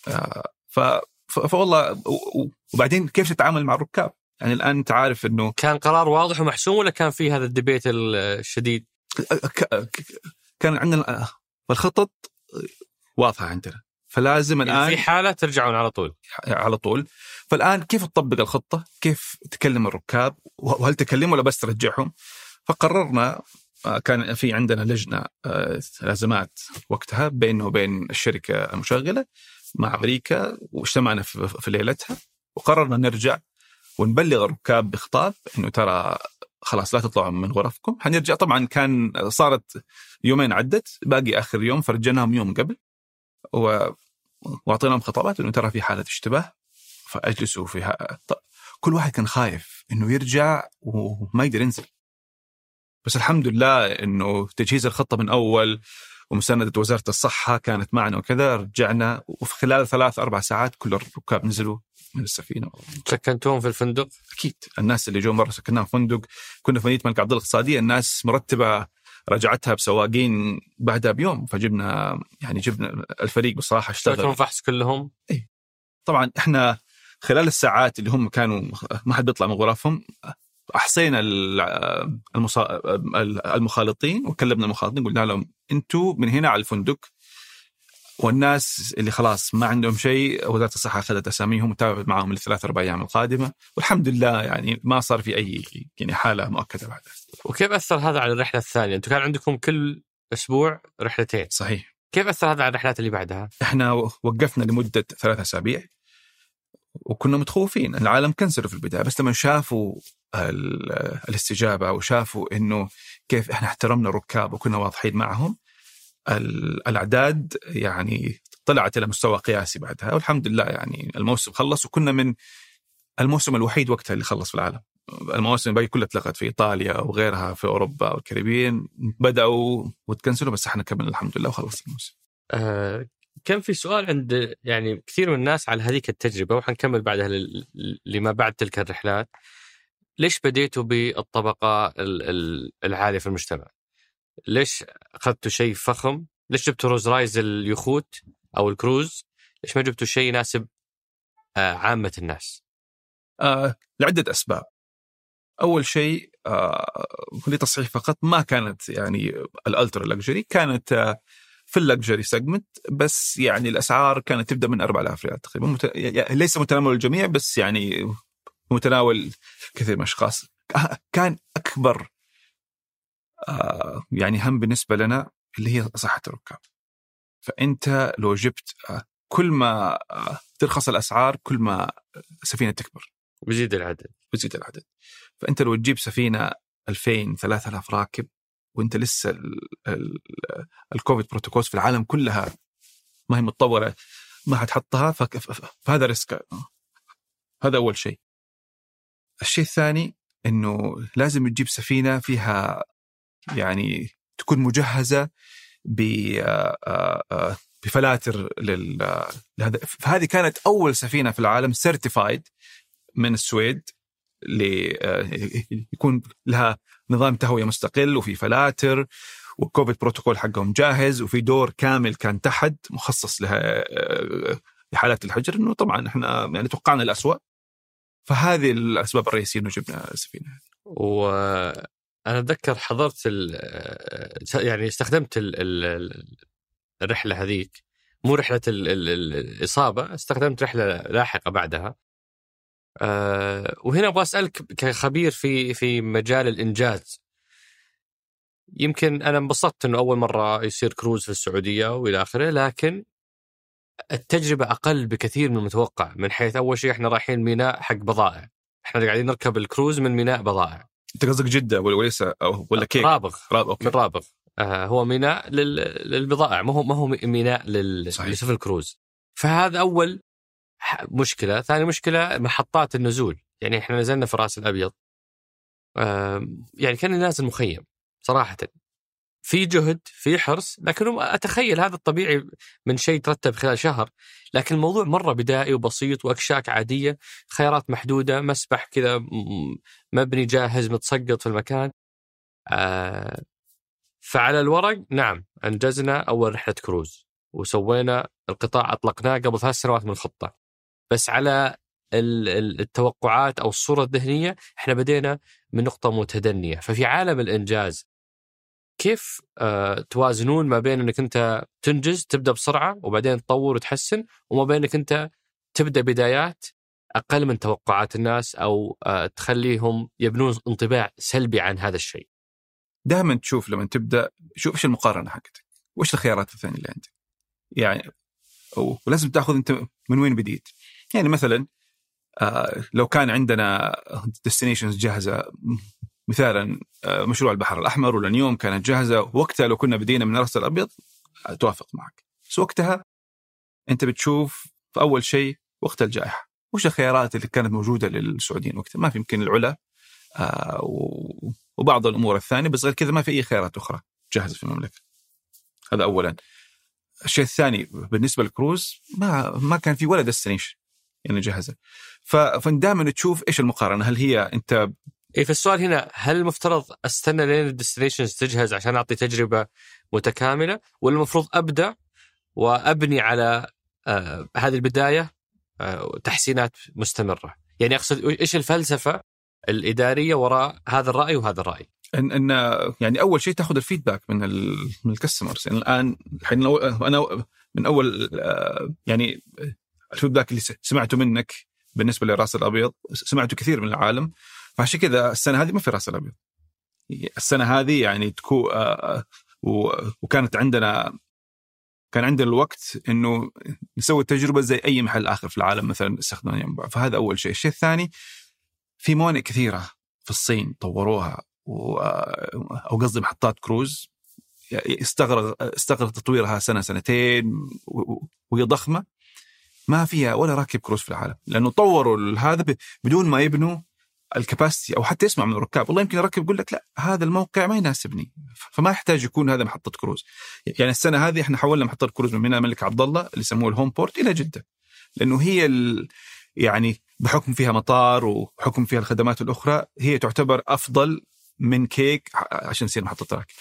C: فوالله. وبعدين كيف تتعامل مع الركاب؟ يعني الآن أنت عارف إنه
B: كان قرار واضح ومحسوم، ولا كان في هذا الدبيت الشديد؟
C: كان عندنا الخطط واضحة عندنا، فلازم الآن
B: في حالة ترجعون
C: على طول. فالآن كيف تطبق الخطة؟ كيف تكلم الركاب؟ وهل تكلم ولا بس ترجعهم؟ فقررنا، كان في عندنا لجنة لازمات وقتها بينه وبين الشركة المشغلة مع أمريكا، واجتمعنا في ليلتها وقررنا نرجع ونبلغ الركاب بخطاب إنه ترى خلاص لا تطلعوا من غرفكم، هنرجع. طبعا صارت يومين عدت، باقي آخر يوم فرجناهم يوم قبل وأعطيناهم خطابات إنه ترى في حالة اشتباه فأجلسوا فيها. كل واحد كان خايف إنه يرجع وما يقدر ينزل، بس الحمد لله إنه تجهيز الخطة من أول ومساندة وزارة الصحة كانت معنا وكذا. رجعنا وفي خلال 3-4 ساعات كل الركاب نزلوا من السفينة.
B: سكنتوهم في الفندق؟
C: أكيد، الناس اللي جو مرة سكناهم في فندق. كنا في مدينة الملك عبدالله الاقتصادية، الناس مرتبة رجعتها بسواقين بعدها بيوم، فجبنا الفريق بصراحة اشتغل.
B: فحص كلهم؟
C: إيه طبعا. إحنا خلال الساعات اللي هم كانوا ما حد بيطلع من غرفهم أحصينا المخالطين وكلمنا المخالطين، قلنا لهم أنتوا من هنا على الفندق، والناس اللي خلاص ما عندهم شيء وزارة الصحة أخذت أساميهم وتابعت معهم ل3-4 أيام القادمة، والحمد لله يعني ما صار في أي يعني حالة مؤكدة بعدها.
B: وكيف أثر هذا على الرحلة الثانية؟ أنتوا كان عندكم كل أسبوع رحلتين.
C: صحيح.
B: كيف أثر هذا على الرحلات اللي بعدها؟
C: إحنا وقفنا لمدة 3 أسابيع وكنا متخوفين. العالم كنسلوا في البداية، بس لما شافوا الاستجابة وشافوا إنه كيف إحنا احترمنا الركاب وكنا واضحين معهم، الأعداد يعني طلعت إلى مستوى قياسي بعدها. والحمد لله يعني الموسم خلص، وكنا من الموسم الوحيد وقتها اللي خلص في العالم. المواسم باقي كلها اتلغت في إيطاليا وغيرها في أوروبا والكاريبيين، بدأوا وتكنسلوا، بس إحنا كملنا الحمد لله وخلص الموسم.
B: كان في سؤال عند يعني كثير من الناس على هذيك التجربة، وحنكمل بعدها لما بعد تلك الرحلات. ليش بديتوا بالطبقة العالية في المجتمع؟ ليش أخذتوا شيء فخم؟ ليش جبتوا روز رايز اليخوت أو الكروز؟ ليش ما جبتوا شيء يناسب عامة الناس؟
C: لعدة أسباب. أول شيء لتصحيح فقط، ما كانت يعني الألترا لكجري، كانت في اللكجري سيجمنت، بس يعني الأسعار كانت تبدأ من 4000 ريال تقريبا. ليس متناول الجميع، بس يعني متناول كثير من الأشخاص. كان أكبر يعني هم بالنسبة لنا اللي هي صحة الركاب. فأنت لو جبت كل ما ترخص الأسعار كل ما سفينة تكبر
B: ويزيد العدد.
C: فأنت لو تجيب سفينة 2000-3000 راكب وأنت لسه الكوفيد بروتوكولز في العالم كلها ما هي متطورة ما هتحطها، فهذا ريسك. هذا أول شيء. الشيء الثاني إنه لازم تجيب سفينة فيها يعني تكون مجهزة بفلاتر لهذا. فهذه كانت أول سفينة في العالم سيرتيفايد من السويد يكون لها نظام تهوية مستقل وفي فلاتر والكوفيد بروتوكول حقهم جاهز وفي دور كامل كان تحت مخصص لها لحالات الحجر. إنه طبعا إحنا يعني توقعنا الأسوأ، فهذه الأسباب الرئيسية إنه جبنا السفينة.
B: وأنا أتذكر حضرت يعني استخدمت الرحلة هذيك، مو رحلة الإصابة، استخدمت رحلة لاحقة بعدها. وهنا أبغى أسألك كخبير في مجال الإنجاز. يمكن أنا انبسطت إنه أول مرة يصير كروز في السعودية وإلى آخره، لكن التجربة أقل بكثير من المتوقع. من حيث أول شيء إحنا رايحين ميناء حق بضائع، إحنا قاعدين نركب الكروز من ميناء بضائع.
C: أنت قصدك جدة وليس ولا كيك؟
B: رابغ.
C: أوكي.
B: من رابغ. هو ميناء للبضائع، ما هو ميناء لسفن الكروز. فهذا أول مشكلة. ثاني مشكلة محطات النزول. يعني إحنا نزلنا في راس الأبيض، يعني كان نازل مخيم صراحة، في جهد في حرص، لكن أتخيل هذا الطبيعي من شيء ترتب خلال شهر. لكن الموضوع مرة بدائي وبسيط وأكشاك عادية، خيارات محدودة، مسبح كذا مبني جاهز متسقط في المكان. فعلى الورق نعم أنجزنا أول رحلة كروز وسوينا القطاع، أطلقناه قبل 3 سنوات من الخطة. بس على التوقعات أو الصورة الذهنية إحنا بدينا من نقطة متدنية. ففي عالم الإنجاز كيف توازنون ما بين أنك أنت تنجز تبدأ بسرعة وبعدين تطور وتحسن، وما بين أنك أنت تبدأ بدايات أقل من توقعات الناس أو تخليهم يبنون انطباع سلبي عن هذا الشيء؟
C: دائما تشوف لما تبدأ شوف إيش المقارنة حقتك وإيش الخيارات الثانية اللي عندك، يعني ولازم تأخذ أنت من وين بديت. يعني مثلا لو كان عندنا destinations جاهزة، مثلا مشروع البحر الأحمر ولا نيوم كانت جاهزة وقتها، لو كنا بدينا من راس الأبيض توافق معك. بس وقتها أنت بتشوف في أول شيء وقت الجائحة وش الخيارات اللي كانت موجودة للسعوديين وقتها. ما في يمكن العلا وبعض الأمور الثانية، بس غير كذا ما في أي خيارات أخرى جاهزة في المملكة. هذا أولا. الشيء الثاني بالنسبة للكروز ما كان في ولا ديستنيشن يعني جاهزة. فدائما تشوف إيش المقارنة. هل هي أنت
B: في السؤال هنا، هل المفترض استنى لين الديستنيشنز تجهز عشان أعطي تجربة متكاملة، ولا المفروض أبدأ وأبني على هذه البداية تحسينات مستمرة؟ يعني أقصد إيش الفلسفة الإدارية وراء هذا الرأي وهذا الرأي؟
C: إن يعني أول شيء تأخذ الفيدباك من الكاستمرز. يعني الآن الحين أنا من أول يعني الفيدباك اللي سمعته منك بالنسبة لراس الأبيض سمعته كثير من العالم. فعشان كذا السنة هذه ما في راس الأبيض. السنة هذه يعني تكون وكانت كان عندنا الوقت إنه نسوي التجربة زي أي محل آخر في العالم مثلا استخدام ينبع. فهذا أول شيء. الشيء الثاني، في موانئ كثيرة في الصين طوروها أو قصدي محطات كروز استغرق تطويرها 2 وهي ضخمة ما فيها ولا راكب كروز في العالم، لأنه طوروا هذا بدون ما يبنوا الكباستي أو حتى يسمع من الركاب. والله يمكن الركب يقول لك لا هذا الموقع ما يناسبني، فما يحتاج يكون هذا محطة كروز. يعني السنة هذه احنا حولنا محطة كروز من ميناء الملك عبد الله اللي يسموه الهوم بورت إلى جدة، لأنه هي يعني بحكم فيها مطار وحكم فيها الخدمات الأخرى هي تعتبر أفضل من كيك عشان يصير محطة راكب.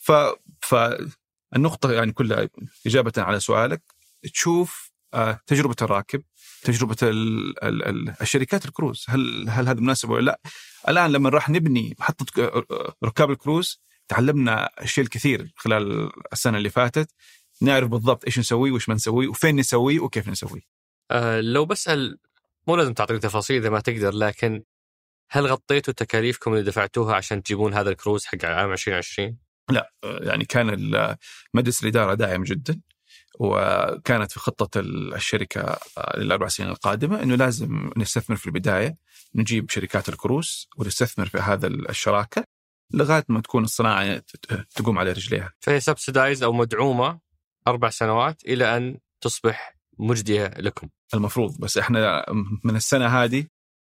C: فالنقطة يعني كلها إجابة على سؤالك، تشوف تجربة الراكب، تجربة الشركات الكروز، هل هذا مناسب ولا لا. الآن لما راح نبني محطة ركاب الكروز تعلمنا الشيء الكثير خلال السنة اللي فاتت، نعرف بالضبط إيش نسوي وإيش ما نسوي وفين نسوي وكيف نسوي.
B: لو بسأل، مو لازم تعطيني تفاصيل إذا ما تقدر، لكن هل غطيتوا تكاليفكم اللي دفعتوها عشان تجيبون هذا الكروز حق عام 2020؟
C: لا، يعني كان مجلس الإدارة داعم جدا، وكانت في خطة الشركة لل4 سنين القادمة أنه لازم نستثمر في البداية، نجيب شركات الكروز ونستثمر في هذا الشراكة لغاية ما تكون الصناعة تقوم على رجليها.
B: فهي سبسيدايز أو مدعومة 4 سنوات إلى أن تصبح مجدية لكم
C: المفروض. بس إحنا من السنة هذه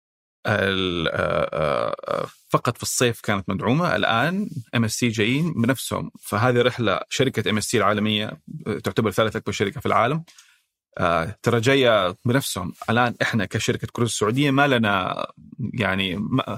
C: فقط في الصيف كانت مدعومة، الآن MSC جايين بنفسهم. فهذه رحلة شركة MSC العالمية تعتبر ثالث أكبر شركة في العالم، ترى جاية بنفسهم. الآن إحنا كشركة كروز السعودية ما لنا يعني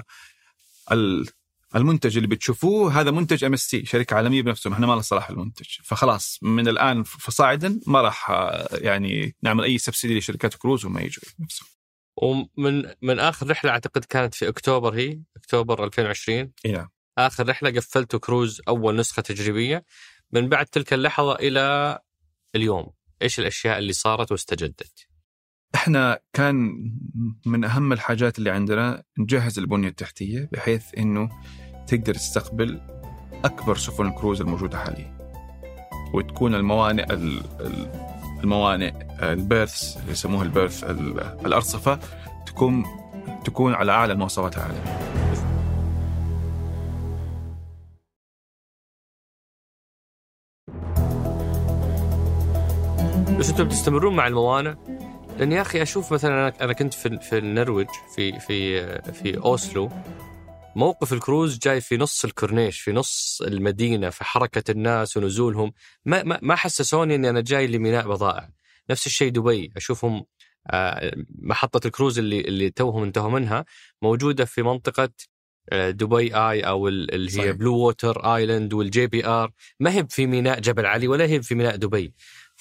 C: المنتج اللي بتشوفوه هذا منتج MSC شركة عالمية بنفسهم، إحنا ما لنا صلاح المنتج. فخلاص من الآن فصاعدا ما راح يعني نعمل أي سبسيدي لشركات كروز وما يجوا بنفسهم.
B: ومن آخر رحلة أعتقد كانت في أكتوبر، هي أكتوبر 2020.
C: إيه.
B: آخر رحلة قفلتوا كروز أول نسخة تجريبية. من بعد تلك اللحظة إلى اليوم إيش الأشياء اللي صارت واستجدت؟
C: إحنا كان من أهم الحاجات اللي عندنا نجهز البنية التحتية بحيث إنه تقدر تستقبل أكبر سفن الكروز الموجودة حاليا، وتكون الموانئ البيرثs اللي يسموها البيرث الأرصفة تكون على أعلى المواصفات العالمية.
B: بس أنتم بتستمرون مع الموانئ؟ لأن يا أخي أشوف مثلا أنا كنت في النرويج في أوسلو، موقف الكروز جاي في نص الكورنيش، في نص المدينة، في حركة الناس ونزولهم. ما حسسوني أني أنا جاي لميناء بضائع. نفس الشيء دبي، أشوفهم محطة الكروز اللي توهم انتهوا منها موجودة في منطقة دبي آي أو اللي هي بلو ووتر آيلاند والجي بي آر، ما هي في ميناء جبل علي ولا هي في ميناء دبي.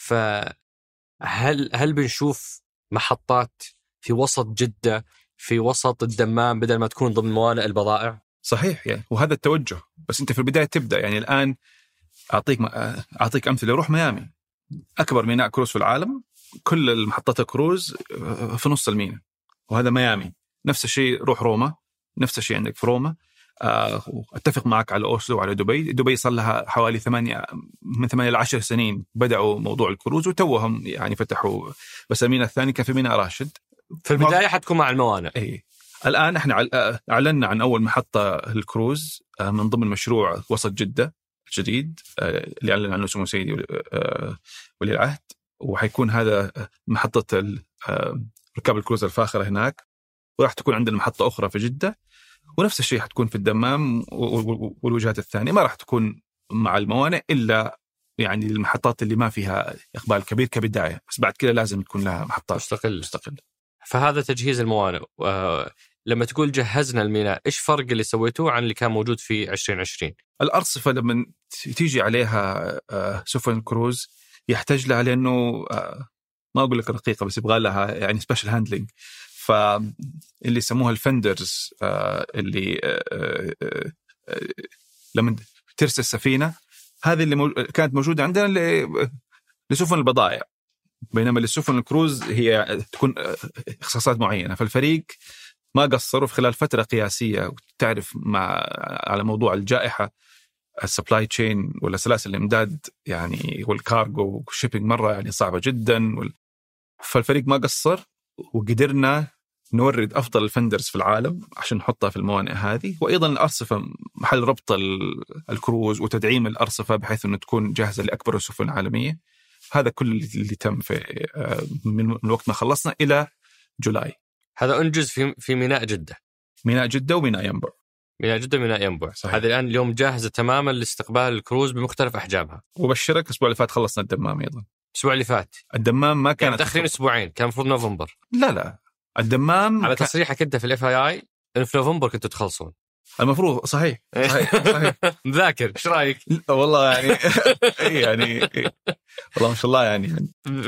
B: فهل بنشوف محطات في وسط جدة، في وسط الدمام، بدل ما تكون ضمن موانئ البضائع؟
C: صحيح يعني، وهذا التوجه. بس أنت في البداية تبدأ يعني الآن أعطيك أمثلة. روح ميامي، أكبر ميناء كروز في العالم، كل المحطات الكروز في نص الميناء، وهذا ميامي. نفس الشيء روح روما، نفس الشيء عندك في روما. أتفق معك على أوسلو وعلى دبي صار لها حوالي 8 إلى 10 سنين بدأوا موضوع الكروز، وتوهم يعني فتحوا. بس الميناء الثاني كان في ميناء راشد.
B: في البداية حتكون مع الموانئ.
C: إيه. الآن احنا أعلنا عن أول محطة الكروز من ضمن مشروع وسط جدة الجديد اللي أعلن عنه سمو سيدي ولي العهد، وحيكون هذا محطة ركاب الكروز الفاخرة هناك، وراح تكون عندنا محطة أخرى في جدة، ونفس الشيء حتكون في الدمام والوجهات الثانية. ما راح تكون مع الموانئ إلا يعني المحطات اللي ما فيها إقبال كبير كبداية، بس بعد كده لازم تكون لها محطات مستقلة.
B: فهذا تجهيز الموانئ. لما تقول جهزنا الميناء، إيش فرق اللي سويتوه عن اللي كان موجود في 2020؟
C: الأرصفة لما تيجي عليها سفن كروز يحتاج لها، لأنه ما أقول لك رقيقة، بس يبغى لها يعني سبيشال هاندلينج. فاللي يسموها الفندرز اللي لما ترسل السفينة هذه اللي كانت موجودة عندنا لسفن البضائع، بينما للسفن الكروز هي تكون اختصاصات معينة. فالفريق ما قصروا في خلال فترة قياسية، وتعرف على موضوع الجائحة السبلاي تشين ولا سلاسل الإمداد يعني والكارغو والشيبينج مرة يعني صعبة جدا. فالفريق ما قصر، وقدرنا نورد أفضل الفندرز في العالم عشان نحطها في الموانئ هذه. وأيضا الأرصفة محل ربط الكروز وتدعيم الأرصفة بحيث أنه تكون جاهزة لأكبر السفن العالمية. هذا كل اللي تم في من وقت ما خلصنا إلى جولاي.
B: هذا أنجز في ميناء جدة.
C: ميناء جدة وميناء ينبع.
B: ميناء جدة وميناء ينبع. هذه الآن اليوم جاهزة تماما لاستقبال الكروز بمختلف أحجامها.
C: وبشرك الأسبوع اللي فات خلصنا الدمام أيضا.
B: الأسبوع اللي فات
C: الدمام ما كانت
B: تأخير أسبوعين، كان المفروض نوفمبر.
C: لا الدمام
B: على تصريحك أنت في FII إن في نوفمبر كنتوا تخلصون
C: المفروض. صحيح.
B: مذاكر. إيش رأيك؟
C: والله يعني يعني والله ما شاء الله يعني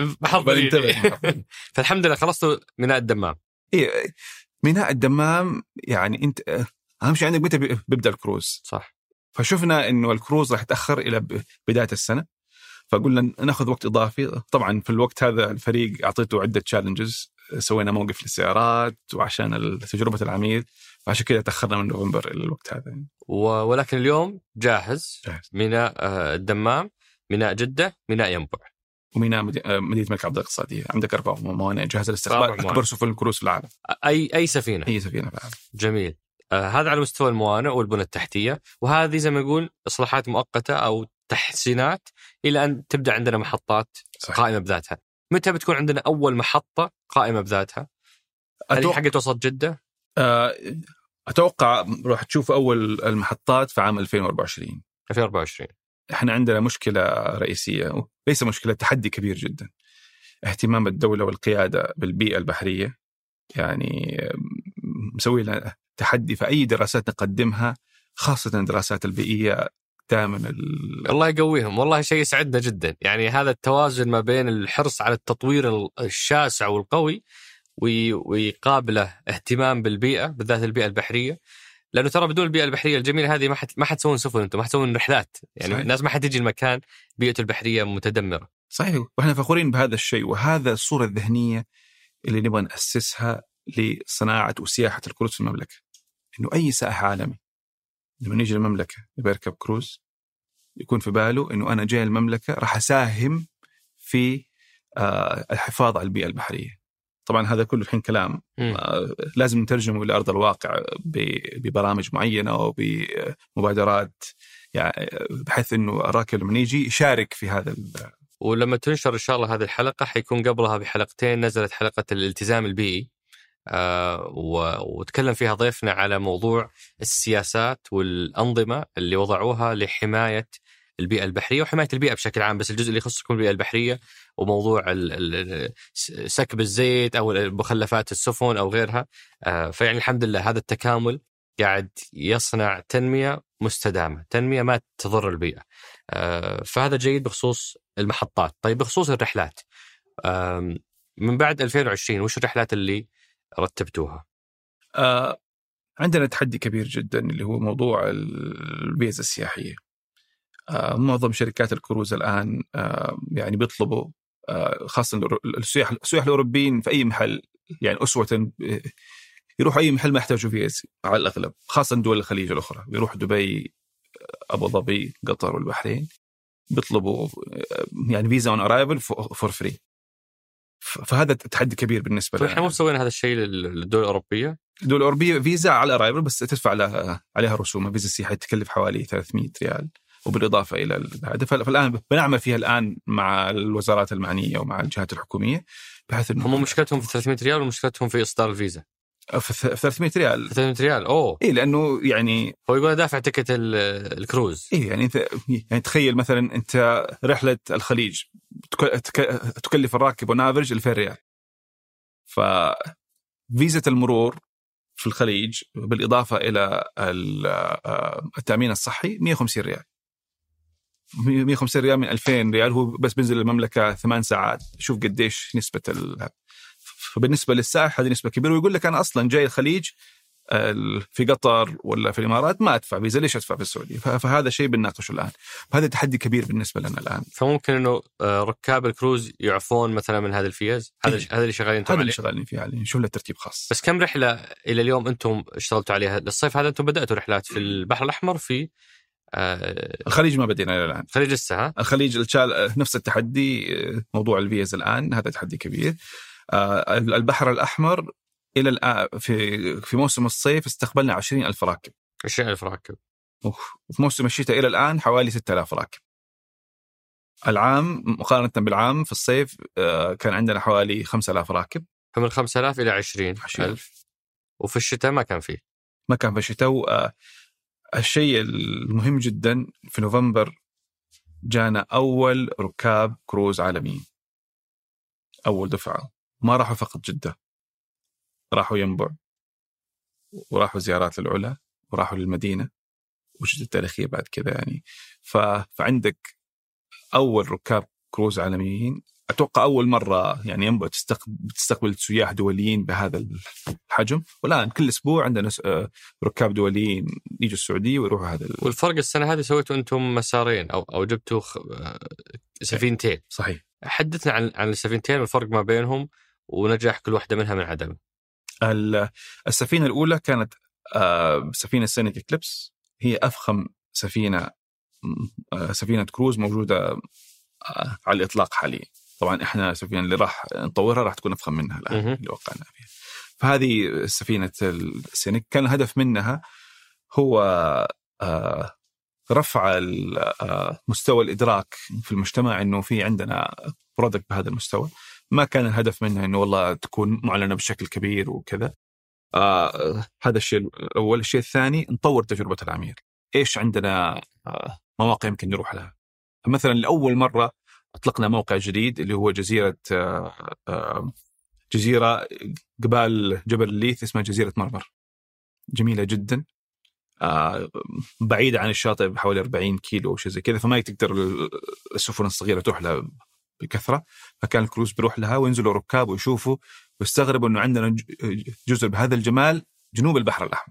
B: فالحمد لله خلصتوا ميناء الدمام.
C: إيه ميناء الدمام يعني أنت أهم شيء عندك متى بيبدأ الكروز.
B: صح.
C: فشوفنا إنه الكروز راح يتأخر إلى بداية السنة، فقلنا ناخذ وقت إضافي. طبعا في الوقت هذا الفريق أعطيته عدة تشالنجز سوينا موقف للسيارات وعشان تجربة العميل، فعشان كده تأخرنا من نوفمبر إلى الوقت هذا.
B: ولكن اليوم جاهز. ميناء الدمام، ميناء جدة، ميناء ينبع،
C: وميناء مدينة الملك عبد الاقتصادية. عندك 4 موانئ جاهزة للاستقبال، أكبر سفن الكروز في العالم.
B: أي سفينة
C: في العالم.
B: جميل. هذا على مستوى الموانئ والبنى التحتية، وهذه زي ما يقول إصلاحات مؤقتة أو تحسينات إلى أن تبدأ عندنا محطات صحيح. قائمة بذاتها. متى بتكون عندنا أول محطة قائمة بذاتها؟ هل حقت وسط جدة؟
C: أتوقع راح تشوف أول المحطات في عام 2024. إحنا عندنا مشكلة رئيسية، ليس مشكلة، تحدي كبير جدا. اهتمام الدولة والقيادة بالبيئة البحرية، يعني مسوي لنا تحدي في أي دراسات نقدمها، خاصة الدراسات البيئية دائما
B: الله يقويهم. والله شيء يسعدنا جدا، يعني هذا التوازن ما بين الحرص على التطوير الشاسع والقوي ويقابله اهتمام بالبيئة، بالذات البيئة البحرية، لأنه ترى بدون البيئة البحرية الجميلة هذه ما حتسوون سفن، أنتم ما حتسوون رحلات، يعني صحيح. الناس ما حتيجي المكان بيئته البحرية متدمرة.
C: صحيح، وإحنا فخورين بهذا الشيء، وهذا الصورة الذهنية اللي نبغى نأسسها لصناعة وسياحة الكروز في المملكة. إنه أي سائح عالمي لما يجي المملكة يبغى يركب كروز يكون في باله إنه أنا جاي المملكة راح أساهم في الحفاظ على البيئة البحرية. طبعا هذا كله الحين كلام لازم نترجمه إلى أرض الواقع ببرامج معينة وبمبادرات، يعني بحيث إنه الراكب لما يجي يشارك في هذا.
B: ولما تنشر إن شاء الله هذه الحلقة حيكون قبلها بحلقتين نزلت حلقة الالتزام البيئي، وتكلم فيها ضيفنا على موضوع السياسات والأنظمة اللي وضعوها لحماية البيئة البحرية وحماية البيئة بشكل عام، بس الجزء اللي يخصكم البيئة البحرية وموضوع سكب الزيت أو مخلفات السفن أو غيرها. فيعني الحمد لله هذا التكامل قاعد يصنع تنمية مستدامة، تنمية ما تضر البيئة. فهذا جيد بخصوص المحطات. طيب بخصوص الرحلات من بعد 2020 وش الرحلات اللي رتبتوها؟
C: عندنا تحدي كبير جدا اللي هو موضوع الفيزا السياحية. معظم شركات الكروز الآن يعني بيطلبوا خاصة السياح الأوروبيين في أي محل، يعني أسوة يروحوا أي محل ما يحتاجوا فيزا على الأغلب، خاصة دول الخليج الأخرى، بيروحوا دبي، أبو ظبي، قطر والبحرين، بيطلبوا يعني فيزا on arrival for free. فهذا تحدي كبير بالنسبة لنا.
B: احنا مو مسوين هذا الشيء للدول الأوروبية.
C: الدول الأوروبية فيزا على arrival بس تدفع عليها رسوم. فيزا السياحة تكلف حوالي 300 ريال، وبالإضافة إلى هذا فالآن بنعمل فيها الآن مع الوزارات المعنية ومع الجهات الحكومية، بحيث إنه
B: هم مشكلتهم في 300 ريال ومشكلتهم في إصدار الفيزا
C: في 300 ريال.
B: 300 ريال أوه.
C: إيه لأنه يعني
B: هو يقول دافع تكت الكروز.
C: إيه يعني أنت يعني تخيل مثلا أنت رحلة الخليج تكلف الراكب ونافرج 2000 ريال، ففيزا المرور في الخليج بالإضافة إلى التأمين الصحي 150 ريال. 150 ريال من 2000 ريال هو بس بنزل المملكة 8 ساعات. شوف قديش نسبة فبالنسبة للسائح هذه نسبة كبيرة. ويقول لك أنا أصلا جاي الخليج في قطر ولا في الإمارات ما أدفع فيزا، ليش أدفع في السعودية؟ فهذا شيء بنناقشه الآن، فهذا تحدي كبير بالنسبة لنا الآن.
B: فممكن إنه ركاب الكروز يعفون مثلا من هذه الفيز. هذا اللي شغالين
C: هذا اللي شغالين فيه عليه، نشوف له ترتيب خاص.
B: بس كم رحلة إلى اليوم أنتم اشتغلتوا عليها للصيف هذا؟ أنتم بدأتوا رحلات في البحر الأحمر في
C: الخليج ما بدينا إلى الآن.
B: الخليج لسه
C: الخليج نفس التحدي، موضوع الفيز الآن هذا تحدي كبير. البحر الأحمر إلى الآن في موسم الصيف استقبلنا 20,000 راكب.
B: 20,000 راكب.
C: وفي موسم الشتاء إلى الآن حوالي 6,000 راكب. العام مقارنة بالعام في الصيف كان عندنا حوالي 5,000 راكب.
B: فمن 5,000 إلى 20,000. وفي الشتاء ما كان فيه.
C: ما كان في الشتاء. الشيء المهم جدا في نوفمبر جانا أول ركاب كروز عالميين، أول دفعة. ما راحوا فقط جدة، راحوا ينبع وراحوا زيارات للعلا وراحوا للمدينة وجدة تاريخية بعد كذا يعني. فعندك أول ركاب كروز عالميين. أتوقع أول مرة يعني ينبع تستقبل سياح دوليين بهذا الحجم. والآن كل أسبوع عندنا ركاب دوليين يجوا السعودية ويروحوا هذا.
B: والفرق السنة هذه سويتوا أنتم مسارين أو جبتوا سفينتين.
C: صحيح.
B: حدثنا عن السفينتين والفرق ما بينهم ونجاح كل واحدة منها من عدم؟
C: السفينة الأولى كانت سفينة سينيك إكليبس، هي أفخم سفينة كروز موجودة على الإطلاق حاليا. طبعا إحنا السفينة اللي راح نطورها راح تكون أفخم منها الآن اللي وقعنا فيها. فهذه سفينة السينيك كان الهدف منها هو رفع مستوى الإدراك في المجتمع إنه في عندنا برودكت بهذا المستوى. ما كان الهدف منها إنه والله تكون معلنة بشكل كبير وكذا. هذا الشيء الأول. الشيء الثاني نطور تجربة العميل. إيش عندنا مواقع يمكن نروح لها. مثلا لأول مرة أطلقنا موقع جديد اللي هو جزيرة قبال جبل الليث اسمها جزيرة مرمر. جميلة جدا، بعيدة عن الشاطئ بحوالي 40 كيلو أو شيء زي كذا، فما تقدر السفن الصغيرة تروح لها بكثرة. فكان الكروز بيروح لها وينزلوا ركاب ويشوفوا ويستغربوا أنه عندنا جزر بهذا الجمال جنوب البحر الأحمر.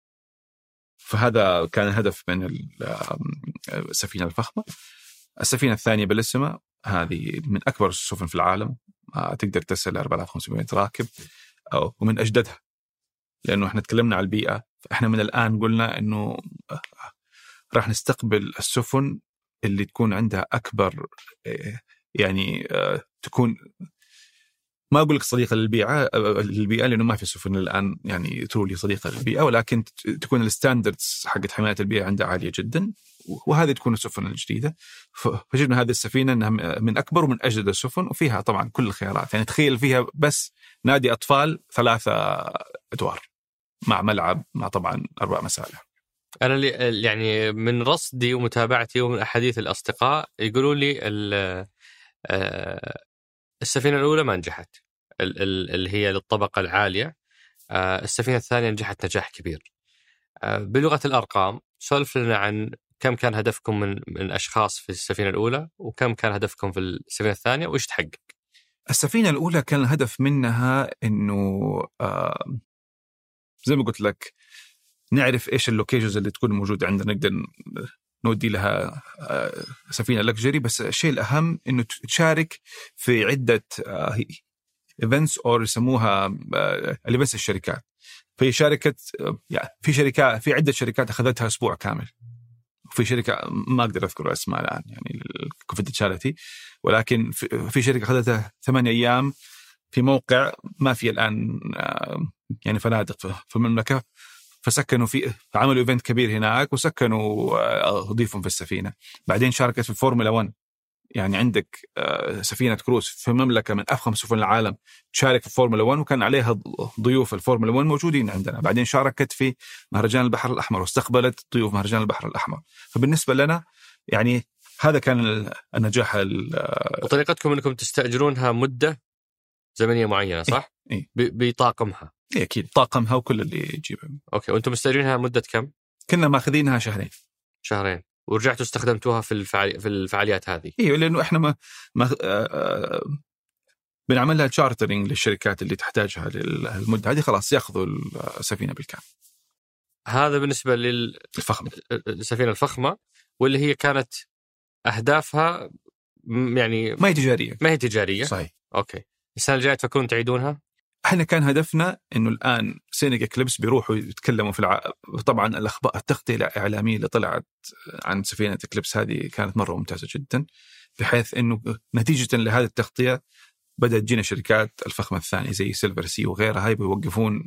C: فهذا كان الهدف من السفينة الفخمة. السفينة الثانية بلسمة، هذه من أكبر السفن في العالم، تقدر تسل 4500 راكب ومن أجددها. لأنه إحنا تكلمنا على البيئة، فإحنا من الآن قلنا إنه راح نستقبل السفن اللي تكون عندها أكبر، يعني تكون، ما أقول لك صديقة للبيئة لأنه ما في سفن الآن يعني ترولي صديقة للبيئة، ولكن تكون الستاندردز حقت حماية البيئة عندها عالية جدا، وهذه تكون السفن الجديدة. فجدنا هذه السفينة أنها من أكبر ومن أجدد السفن، وفيها طبعا كل الخيارات. يعني تخيل فيها بس نادي أطفال 3 أدوار مع ملعب مع طبعا 4 مسالح.
B: أنا يعني من رصدي ومتابعتي ومن أحاديث الأصدقاء يقولوا لي السفينة الأولى ما نجحت، اللي هي للطبقة العالية. السفينة الثانية نجحت نجاح كبير. بلغة الأرقام سولف لنا عن كم كان هدفكم من أشخاص في السفينة الأولى، وكم كان هدفكم في السفينة الثانية، وإيش تحقق؟
C: السفينة الأولى كان الهدف منها إنه زي ما قلت لك نعرف إيش اللوكيشنز اللي تكون موجودة عندنا، نقدر نودي لها سفينة لكجري. بس الشيء الأهم إنه تشارك في عدة إيفنتس أو يسموها بس الشركات. في شركة يعني في عدة شركات أخذتها أسبوع كامل، وفي شركة ما أقدر أذكر اسمها الآن يعني الكونفيدنشاليتي، ولكن في شركة أخذتها 8 أيام في موقع ما في الآن يعني فنادق في المملكة، فسكنوا عملوا إيفنت كبير هناك وسكنوا ضيفهم في السفينة. بعدين شاركت في الفورمولا 1. يعني عندك سفينة كروز في مملكة من أفخم سفن العالم تشارك في الفورمولا 1، وكان عليها ضيوف الفورمولا 1 موجودين عندنا. بعدين شاركت في مهرجان البحر الأحمر واستقبلت ضيوف مهرجان البحر الأحمر. فبالنسبة لنا يعني هذا كان النجاح.
B: وطريقتكم أنكم تستأجرونها مدة زمنية معينة صح؟
C: إيه.
B: بطاقمها.
C: إيه أكيد طاقمها وكل اللي يجيبها.
B: أوكي، وأنتم مستأجرينها مدة كم؟
C: كنا ماخذينها شهرين.
B: ورجعتوا استخدمتوها في الفعاليات هذه؟
C: إيه، لأنه إحنا ما بنعملها تشارترينج للشركات اللي تحتاجها للمدة هذه، خلاص يأخذوا السفينة بالكامل.
B: هذا بالنسبة للسفينة الفخمة، واللي هي كانت أهدافها يعني
C: ما هي تجارية.
B: صحيح. أوكي، السنة الجاية تفكرون تعيدونها؟
C: احنا كان هدفنا انه الان سينيك إكليبس بيروحوا يتكلموا طبعا الاخبار التغطيه الاعلاميه اللي طلعت عن سفينه إكليبس هذه كانت مره ممتازه جدا، بحيث انه نتيجه لهذه التغطيه بدات تجينا شركات الفخمه الثانيه زي سيلفر سي وغيرها، هاي بيوقفون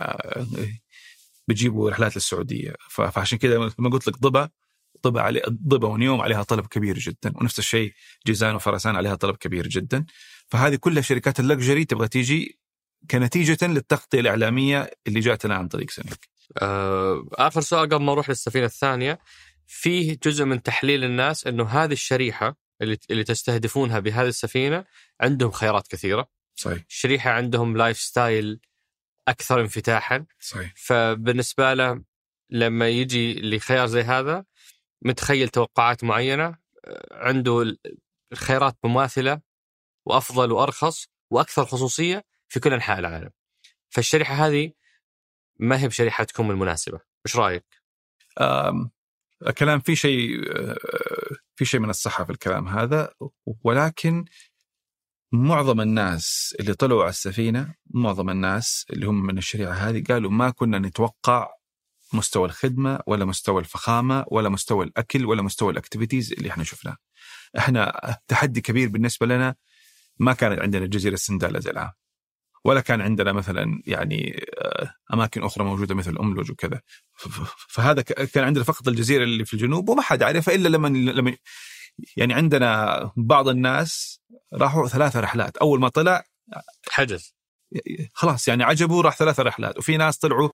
C: بيجيبوا رحلات للسعوديه. فعشان كذا لما قلت لك ضبا ونيوم عليها طلب كبير جدا، ونفس الشيء جيزان وفرسان عليها طلب كبير جدا. فهذه كلها شركات اللكجري تبغى تيجي كنتيجة للتغطية الإعلامية اللي جاءتنا عن طريق سينيك.
B: آخر سؤال قبل ما نروح للسفينة الثانية، فيه جزء من تحليل الناس إنه هذه الشريحة اللي تستهدفونها بهذه السفينة عندهم خيارات كثيرة.
C: صحيح.
B: الشريحة عندهم لايف ستايل أكثر انفتاحا.
C: صحيح.
B: فبالنسبة له لما يجي لخيار زي هذا متخيل توقعات معينة، عنده الخيارات مماثلة وأفضل وأرخص وأكثر خصوصية في كل أنحاء العالم. فالشريحة هذه ما هي بشريحتكم المناسبة، إيش رأيك؟
C: الكلام في شيء من الصحة في الكلام هذا، ولكن معظم الناس اللي طلعوا على السفينة، معظم الناس اللي هم من الشريعة هذه، قالوا ما كنا نتوقع مستوى الخدمة ولا مستوى الفخامة ولا مستوى الأكل ولا مستوى الأكتيفيتيز اللي احنا شفناه. احنا تحدي كبير بالنسبة لنا، ما كانت عندنا جزيرة سندالة زي الآن، ولا كان عندنا مثلا يعني أماكن أخرى موجودة مثل أملج وكذا. فهذا كان عندنا فقط الجزيرة اللي في الجنوب وما حد عارفها إلا لما يعني عندنا بعض الناس راحوا 3 رحلات أول ما طلع
B: حدث
C: خلاص يعني عجبوا، راح 3 رحلات. وفي ناس طلعوا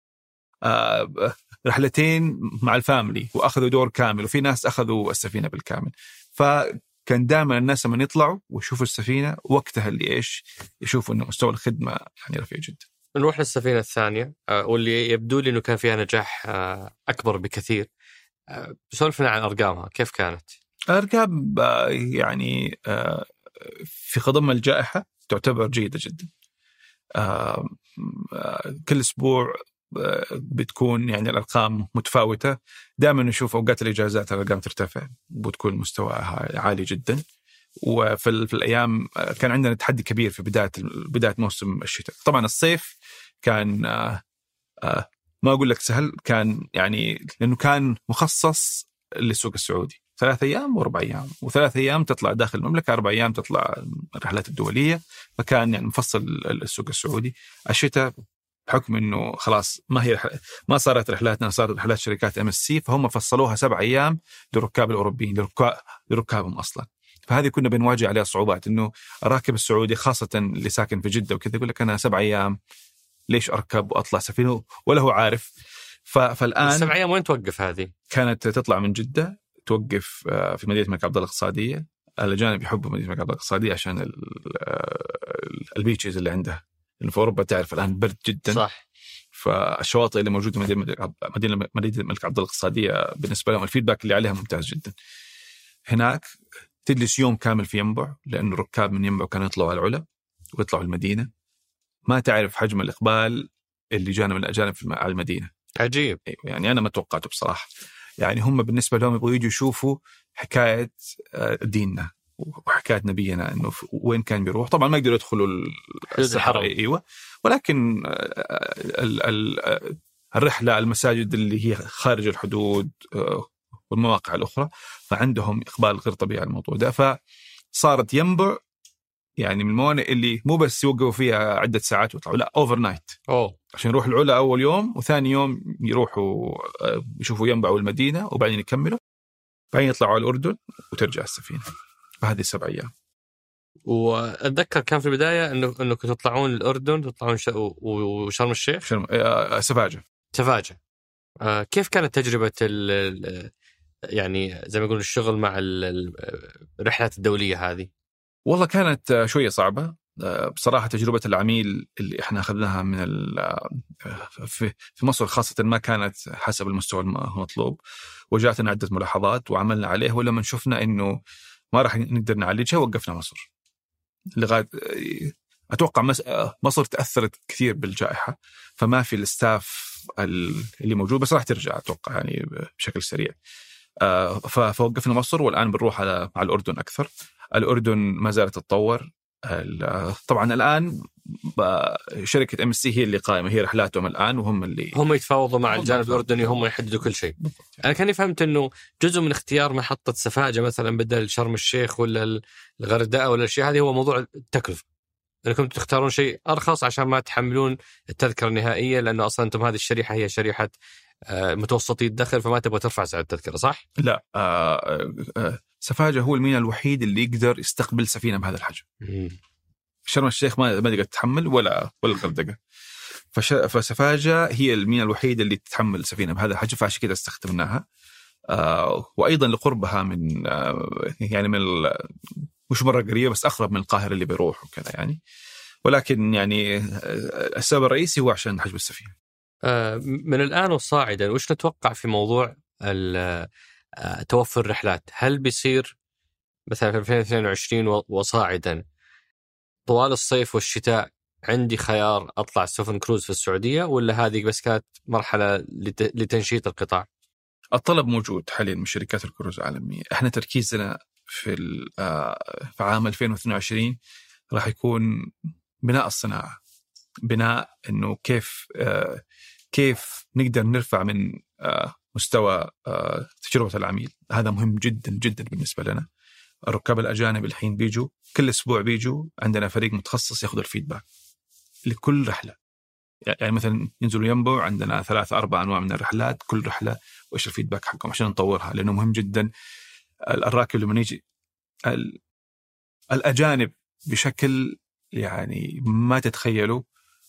C: 2 مع الفاميلي وأخذوا دور كامل، وفي ناس أخذوا السفينة بالكامل. فكان دائما الناس من يطلعوا ويشوفوا السفينة وقتها اللي يشوفوا أنه مستوى الخدمة يعني رفيع جدا.
B: نروح للسفينة الثانية واللي يبدو لي أنه كان فيها نجاح أكبر بكثير. سولفنا عن أرقامها، كيف كانت؟
C: أرقام يعني في خضم الجائحة تعتبر جيدة جدا. كل أسبوع بتكون يعني الأرقام متفاوتة. دائما نشوف أوقات الإجازات الأرقام ترتفع وبتكون مستواها عالي جدا. وفي الأيام كان عندنا تحدي كبير في بداية موسم الشتاء. طبعا الصيف كان ما أقول لك سهل، كان يعني لأنه كان مخصص للسوق السعودي، 3 أيام و4 أيام، و3 أيام تطلع داخل المملكة، 4 أيام تطلع الرحلات الدولية. فكان يعني مفصل السوق السعودي. الشتاء بحكم إنه خلاص ما صارت رحلاتنا، صارت رحلات شركات MSC، فهم فصلوها 7 أيام للركاب الأوروبيين، لركابهم أصلا. فهذه كنا بنواجه عليها صعوبات، إنه الراكب السعودي خاصة اللي ساكن في جدة وكذا يقول لك أنا 7 أيام ليش أركب وأطلع سفينة ولا هو عارف. فالآن
B: 7 أيام وين توقف؟ هذه كانت
C: تطلع من جدة، توقف في مدينة الملك عبدالله الاقتصادية. الأجانب يحبوا مدينة الملك عبدالله الاقتصادية عشان البيتشز اللي عندها، لأنه في أوروبا تعرف الآن برد جدا.
B: صح.
C: فالشواطئ اللي موجودة مدينة الملك عبدالله الاقتصادية بالنسبة لهم الفيدباك اللي عليها ممتاز جدا. هناك تجلس يوم كامل في ينبع، لأنه الركاب من ينبع كانوا يطلعوا على العلا ويطلعوا المدينة. ما تعرف حجم الإقبال اللي جانا من الأجانب على المدينة.
B: عجيب.
C: يعني أنا ما توقعته بصراحة. يعني هم بالنسبة لهم يبغوا يجوا يشوفوا حكاية ديننا وحكاية نبينا إنه وين كان بيروح. طبعا ما يقدروا يدخلوا
B: الحرم،
C: أيوة، ولكن الرحلة المساجد اللي هي خارج الحدود والمواقع الأخرى، فعندهم إقبال غير طبيعي على الموضوع ده. فصارت ينبع يعني من الموانئ اللي مو بس يوقفوا فيها عدة ساعات ويطلعوا، لا أوفر نايت عشان يروح العلا أول يوم، وثاني يوم يروحوا يشوفوا ينبعوا المدينة، وبعدين يكملوا، بعدين يطلعوا على الأردن وترجع السفينة. فهذه 7 أيام.
B: وأتذكر كان في البداية إنه تطلعون الأردن، تطلعون وشرم الشيخ، سفاجة. كيف كانت تجربة يعني زي ما يقولون الشغل مع الرحلات الدولية هذه؟
C: والله كانت شوية صعبة بصراحة. تجربة العميل اللي احنا أخذناها من في مصر خاصة ما كانت حسب المستوى المطلوب، وجاتنا عدة ملاحظات وعملنا عليه، ولما شفنا إنه ما راح نقدر نعالجها وقفنا مصر. لغاية أتوقع مصر تأثرت كثير بالجائحة، فما في الستاف اللي موجود، بس راح ترجع أتوقع يعني بشكل سريع. فوقفنا مصر، والآن بنروح على الأردن أكثر. الأردن ما زالت تتطور. طبعا الآن شركة MSC هي اللي قائمة، هي رحلاتهم الآن، وهم اللي
B: يتفاوضوا مع الجانب الأردني، هم يحددوا كل شيء. أنا كاني فهمت أنه جزء من اختيار محطة سفاجة مثلا بدل شرم الشيخ ولا الغردقة ولا الشيء هذه هو موضوع التكلفة، أنكم تختارون شيء أرخص عشان ما تحملون التذكرة النهائية، لأنه أصلا أنتم هذه الشريحة هي شريحة متوسطي الدخل، فما تبغى ترفع سعر التذكرة، صح؟
C: لا، سفاجة هو الميناء الوحيد اللي يقدر يستقبل سفينة بهذا الحجم. شرم الشيخ ما تقدر تتحمل ولا الغردقة. فسفاجة هي الميناء الوحيد اللي تتحمل سفينة بهذا الحجم، فعشان كده استخدمناها. وأيضا لقربها من يعني من مش مرة قريبة، بس أقرب من القاهرة اللي بيروح وكذا يعني. ولكن يعني السبب الرئيسي هو عشان حجم السفينة.
B: من الآن وصاعدا وش نتوقع في موضوع توفر الرحلات؟ هل بيصير مثلا في 2022 وصاعدا طوال الصيف والشتاء عندي خيار أطلع سفن كروز في السعودية، ولا هذه بس كانت مرحلة لتنشيط القطاع؟
C: الطلب موجود حاليا من شركات الكروز العالمية. احنا تركيزنا في عام 2022 راح يكون بناء الصناعة، بناء إنه كيف نقدر نرفع من مستوى تجربة العميل. هذا مهم جدا جدا بالنسبة لنا. الركاب الأجانب الحين بيجوا كل أسبوع، بيجوا عندنا فريق متخصص يأخذ الفيدباك لكل رحلة. يعني مثلا ينزلوا ينبع، عندنا 3-4 أنواع من الرحلات، كل رحلة وإيش الفيدباك حقهم عشان نطورها، لأنه مهم جدا. الراكب لما يجي الأجانب بشكل يعني ما تتخيلوا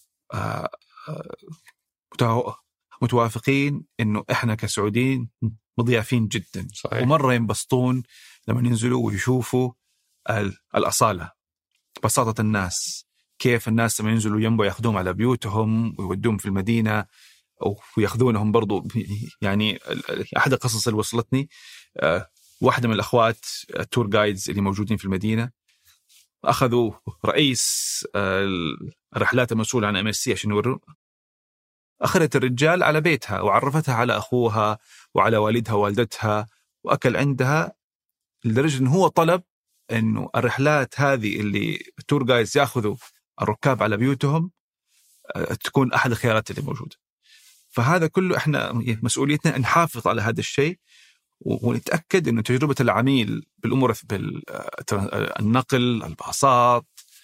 C: متوافقين إنه إحنا كسعوديين مضيافين جدا.
B: صحيح.
C: ومرة ينبسطون لما ينزلوا ويشوفوا الأصالة، بساطة الناس، كيف الناس لما ينزلوا ينبوا يأخذوهم على بيوتهم ويودوهم في المدينة ويأخذونهم برضو. يعني أحد القصص اللي وصلتني، واحدة من الأخوات التور جايدز اللي موجودين في المدينة أخذوا رئيس الرحلات المسؤول عن MSC عشان يوروا، أخذت الرجال على بيتها وعرفتها على أخوها وعلى والدها ووالدتها وأكل عندها، لدرجة أنه هو طلب أنه الرحلات هذه اللي التور جايدز يأخذوا الركاب على بيوتهم تكون أحد الخيارات اللي موجودة. فهذا كله إحنا مسؤوليتنا نحافظ على هذا الشيء ونتأكد أنه تجربة العميل بالأمور بالنقل، الباصات،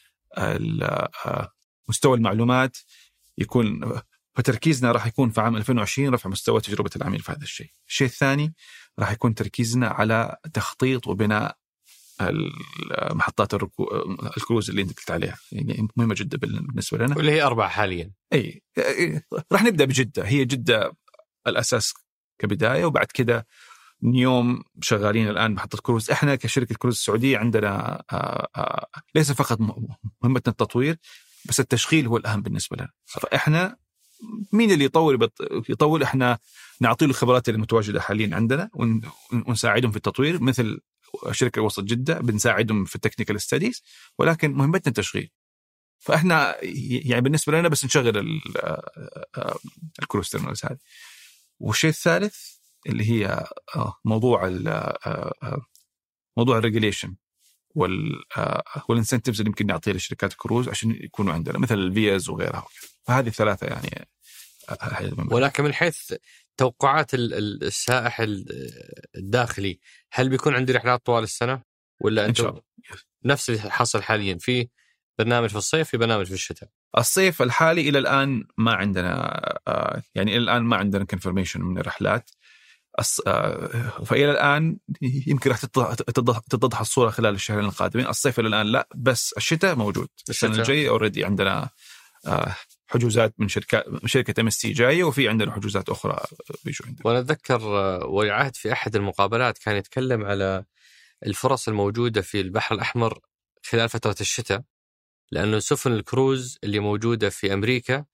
C: مستوى المعلومات يكون. فتركيزنا راح يكون في عام 2020 رفع مستوى تجربة العميل في هذا الشيء. الشيء الثاني راح يكون تركيزنا على تخطيط وبناء محطات الكروز اللي انت قلت عليها، يعني مهمة جدا بالنسبة لنا،
B: واللي هي 4 حاليا.
C: اي راح نبدأ بجدة، هي جدة الأساس كبداية، وبعد كده يوم شغالين الآن محطة كروز. احنا كشركة كروز السعودية عندنا ليس فقط مهمتنا التطوير، بس التشغيل هو الأهم بالنسبة لنا. فإحنا مين اللي يطور احنا نعطيه الخبرات اللي متواجدة حاليا عندنا ونساعدهم في التطوير، مثل شركة وسط جدة بنساعدهم في التكنيكال ستاديز، ولكن مهمتنا التشغيل. فإحنا يعني بالنسبة لنا بس نشغل الكروز تيرمينالز هذه. والشيء الثالث اللي هي موضوع الريجوليشن والانسنتيفز اللي يمكن نعطيها لشركات الكروز عشان يكونوا عندنا، مثل الفيز وغيرها. فهذه الثلاثة يعني.
B: ولكن من حيث توقعات السائح الداخلي، هل بيكون عندي رحلات طوال السنة ولا أنتم نفس اللي حصل حاليا، في برنامج في الصيف في برنامج في الشتاء؟
C: الصيف الحالي إلى الآن ما عندنا يعني إلى الآن ما عندنا كونفيرميشن من الرحلات. فإلى الآن يمكن راح تتضح الصورة خلال الشهرين القادمين. الصيف إلى الآن لا، بس الشتاء موجود. السنة الجاية أوريدي عندنا حجوزات من شركة MSC جاية، وفي عندنا حجوزات أخرى بيجوا عندنا.
B: وأنا أتذكر ولي عهد في أحد المقابلات كان يتكلم على الفرص الموجودة في البحر الأحمر خلال فترة الشتاء، لأنه سفن الكروز اللي موجودة في أمريكا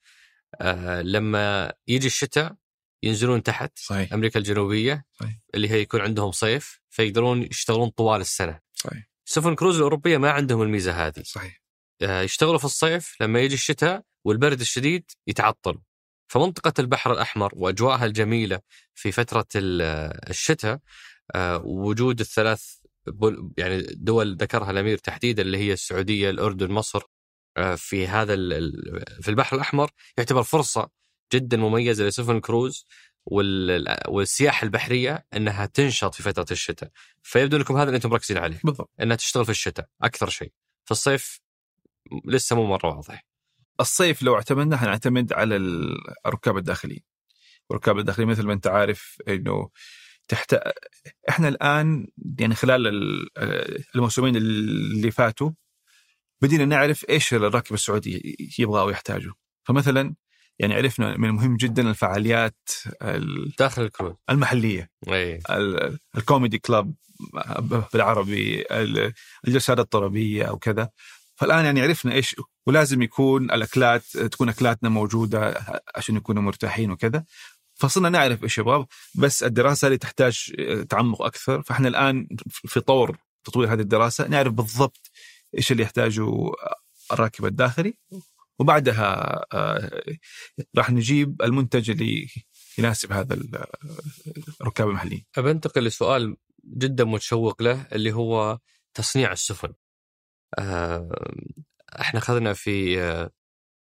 B: لما يجي الشتاء ينزلون تحت.
C: صحيح.
B: أمريكا الجنوبية.
C: صحيح.
B: اللي هي يكون عندهم صيف فيقدرون يشتغلون طوال السنة.
C: صحيح.
B: سفن الكروز الأوروبية ما عندهم الميزة هذه.
C: صحيح.
B: يشتغلوا في الصيف، لما يجي الشتاء والبرد الشديد يتعطلوا. فمنطقة البحر الأحمر وأجواءها الجميلة في فترة الشتاء، وجود الثلاث يعني دول ذكرها الأمير تحديدا اللي هي السعودية، الأردن، مصر، في هذا في البحر الأحمر يعتبر فرصة جدا مميزة لسفن الكروز والسياحة البحرية أنها تنشط في فترة الشتاء. فيبدو لكم هذا اللي أنتم مركزين عليه
C: بالضبط،
B: أنها تشتغل في الشتاء أكثر شيء. في الصيف لسه مو مرة واضح.
C: الصيف لو اعتمدنا هنعتمد على الركاب الداخليين. والركاب الداخليين مثل ما أنت عارف إنه إحنا الآن يعني خلال الموسمين اللي فاتوا بدينا نعرف إيش الراكب السعودي يبغى ويحتاجه. فمثلا يعني عرفنا من المهم جدا الفعاليات
B: داخل الكروز
C: المحلية، الكوميدي كلاب بالعربي، الجلسات الطربية أو كذا. فالآن يعني عرفنا إيش، ولازم يكون الأكلات تكون أكلاتنا موجودة عشان يكونوا مرتاحين وكذا. فصلنا نعرف إيش يبغى، بس الدراسة اللي تحتاج تعمق أكثر. فإحنا الآن في طور تطوير هذه الدراسة، نعرف بالضبط إيش اللي يحتاجه الراكب الداخلي، وبعدها راح نجيب المنتج اللي يناسب هذا الركاب المحليين.
B: أبنتقل لسؤال جدا متشوق له، اللي هو تصنيع السفن. احنا اخذنا في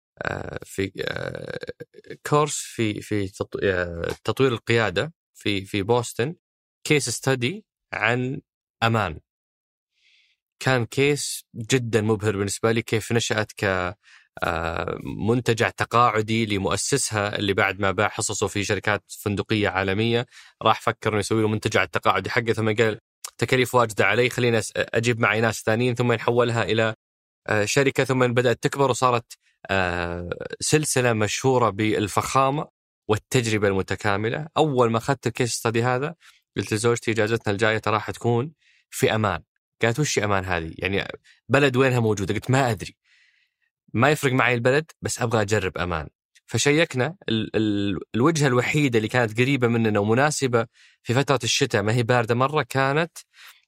B: كورس في تطوير القيادة في بوسطن، كيس ستدي عن أمان. كان كيس جدا مبهر بالنسبة لي، كيف نشأت كمنتجع تقاعدي لمؤسسها اللي بعد ما باع حصصه في شركات فندقية عالمية راح فكر انه يسوي له منتجع التقاعدي حقه، ثم قال تكاليف واجدة علي، خلينا أجيب معي ناس ثانيين، ثم نحولها إلى شركة، ثم بدأت تكبر وصارت سلسلة مشهورة بالفخامة والتجربة المتكاملة. أول ما أخذت الكيس ستادي هذا قلت لزوجتي إجازتنا الجاية راح تكون في أمان. قالت وش أمان هذه؟ يعني بلد وينها موجودة؟ قلت ما أدري، ما يفرق معي البلد، بس أبغى أجرب أمان. فشيكنا الوجهة الوحيدة اللي كانت قريبة مننا ومناسبة في فترة الشتاء ما هي باردة مرة كانت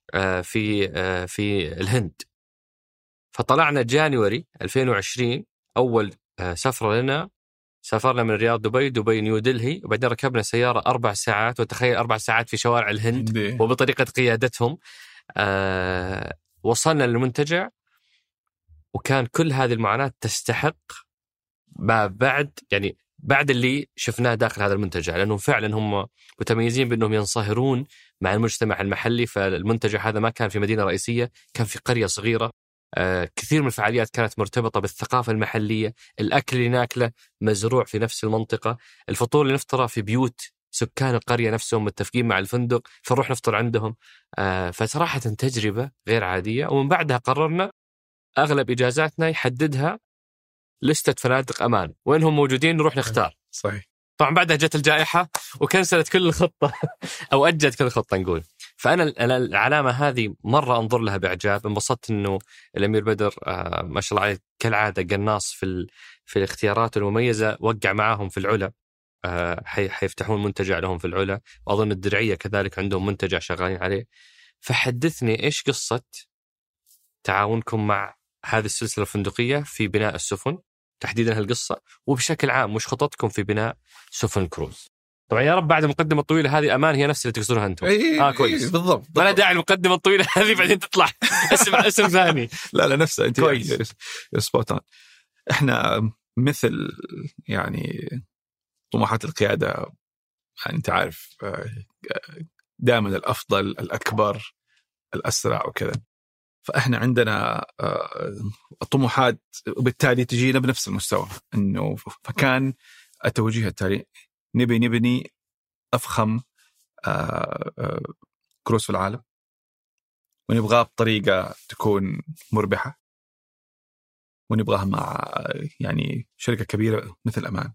B: في الهند. فطلعنا جانيوري 2020 أول سفرة لنا، سافرنا من الرياض دبي نيو دلهي، وبعدين ركبنا سيارة 4 ساعات، وتخيل 4 ساعات في شوارع الهند وبطريقة قيادتهم. وصلنا للمنتجع، وكان كل هذه المعاناة تستحق ما بعد، يعني بعد اللي شفناه داخل هذا المنتجع، لأنهم فعلا هم متميزين بأنهم ينصهرون مع المجتمع المحلي. فالمنتجع هذا ما كان في مدينة رئيسية، كان في قرية صغيرة. كثير من الفعاليات كانت مرتبطة بالثقافة المحلية، الأكل اللي ناكله مزروع في نفس المنطقة، الفطور اللي نفطره في بيوت سكان القرية نفسهم متفقين مع الفندق، فنروح نفطر عندهم. فصراحة تجربة غير عادية. ومن بعدها قررنا أغلب إجازاتنا يحددها لستة فنادق أمان، وينهم موجودين نروح نختار.
C: صحيح.
B: طبعا بعدها جت الجائحة وكنسلت كل الخطة أو أجلت كل الخطة نقول. فأنا العلامة هذه مرة أنظر لها بإعجاب. انبسطت إنه الأمير بدر ما شاء الله عليه كالعادة قناص في الاختيارات المميزة، وقع معاهم في العلا. حيفتحون منتجع لهم في العلا، وأظن الدرعية كذلك عندهم منتجع شغالين عليه. فحدثني إيش قصة تعاونكم مع هذه السلسلة الفندقية في بناء السفن تحديدا هالقصة، وبشكل عام وش خططكم في بناء سفن كروز؟ طبعا يا رب بعد المقدمة الطويلة هذه أمان هي نفس اللي تقصدونها أنتم. كويس.
C: بالضبط.
B: ما لا داعي المقدمة الطويلة هذه بعدين تطلع اسم ثاني.
C: لا نفسها أنت
B: كويس.
C: سبوتان. إحنا مثل يعني طموحات القيادة، يعني أنت عارف دائما الأفضل، الأكبر، الأسرع وكذا. فإحنا عندنا طموحات وبالتالي تجينا بنفس المستوى. إنه فكان التوجيه التالي نبني أفخم كروز في العالم، ونبغاه بطريقة تكون مربحة، ونبغاها مع يعني شركة كبيرة مثل أمان.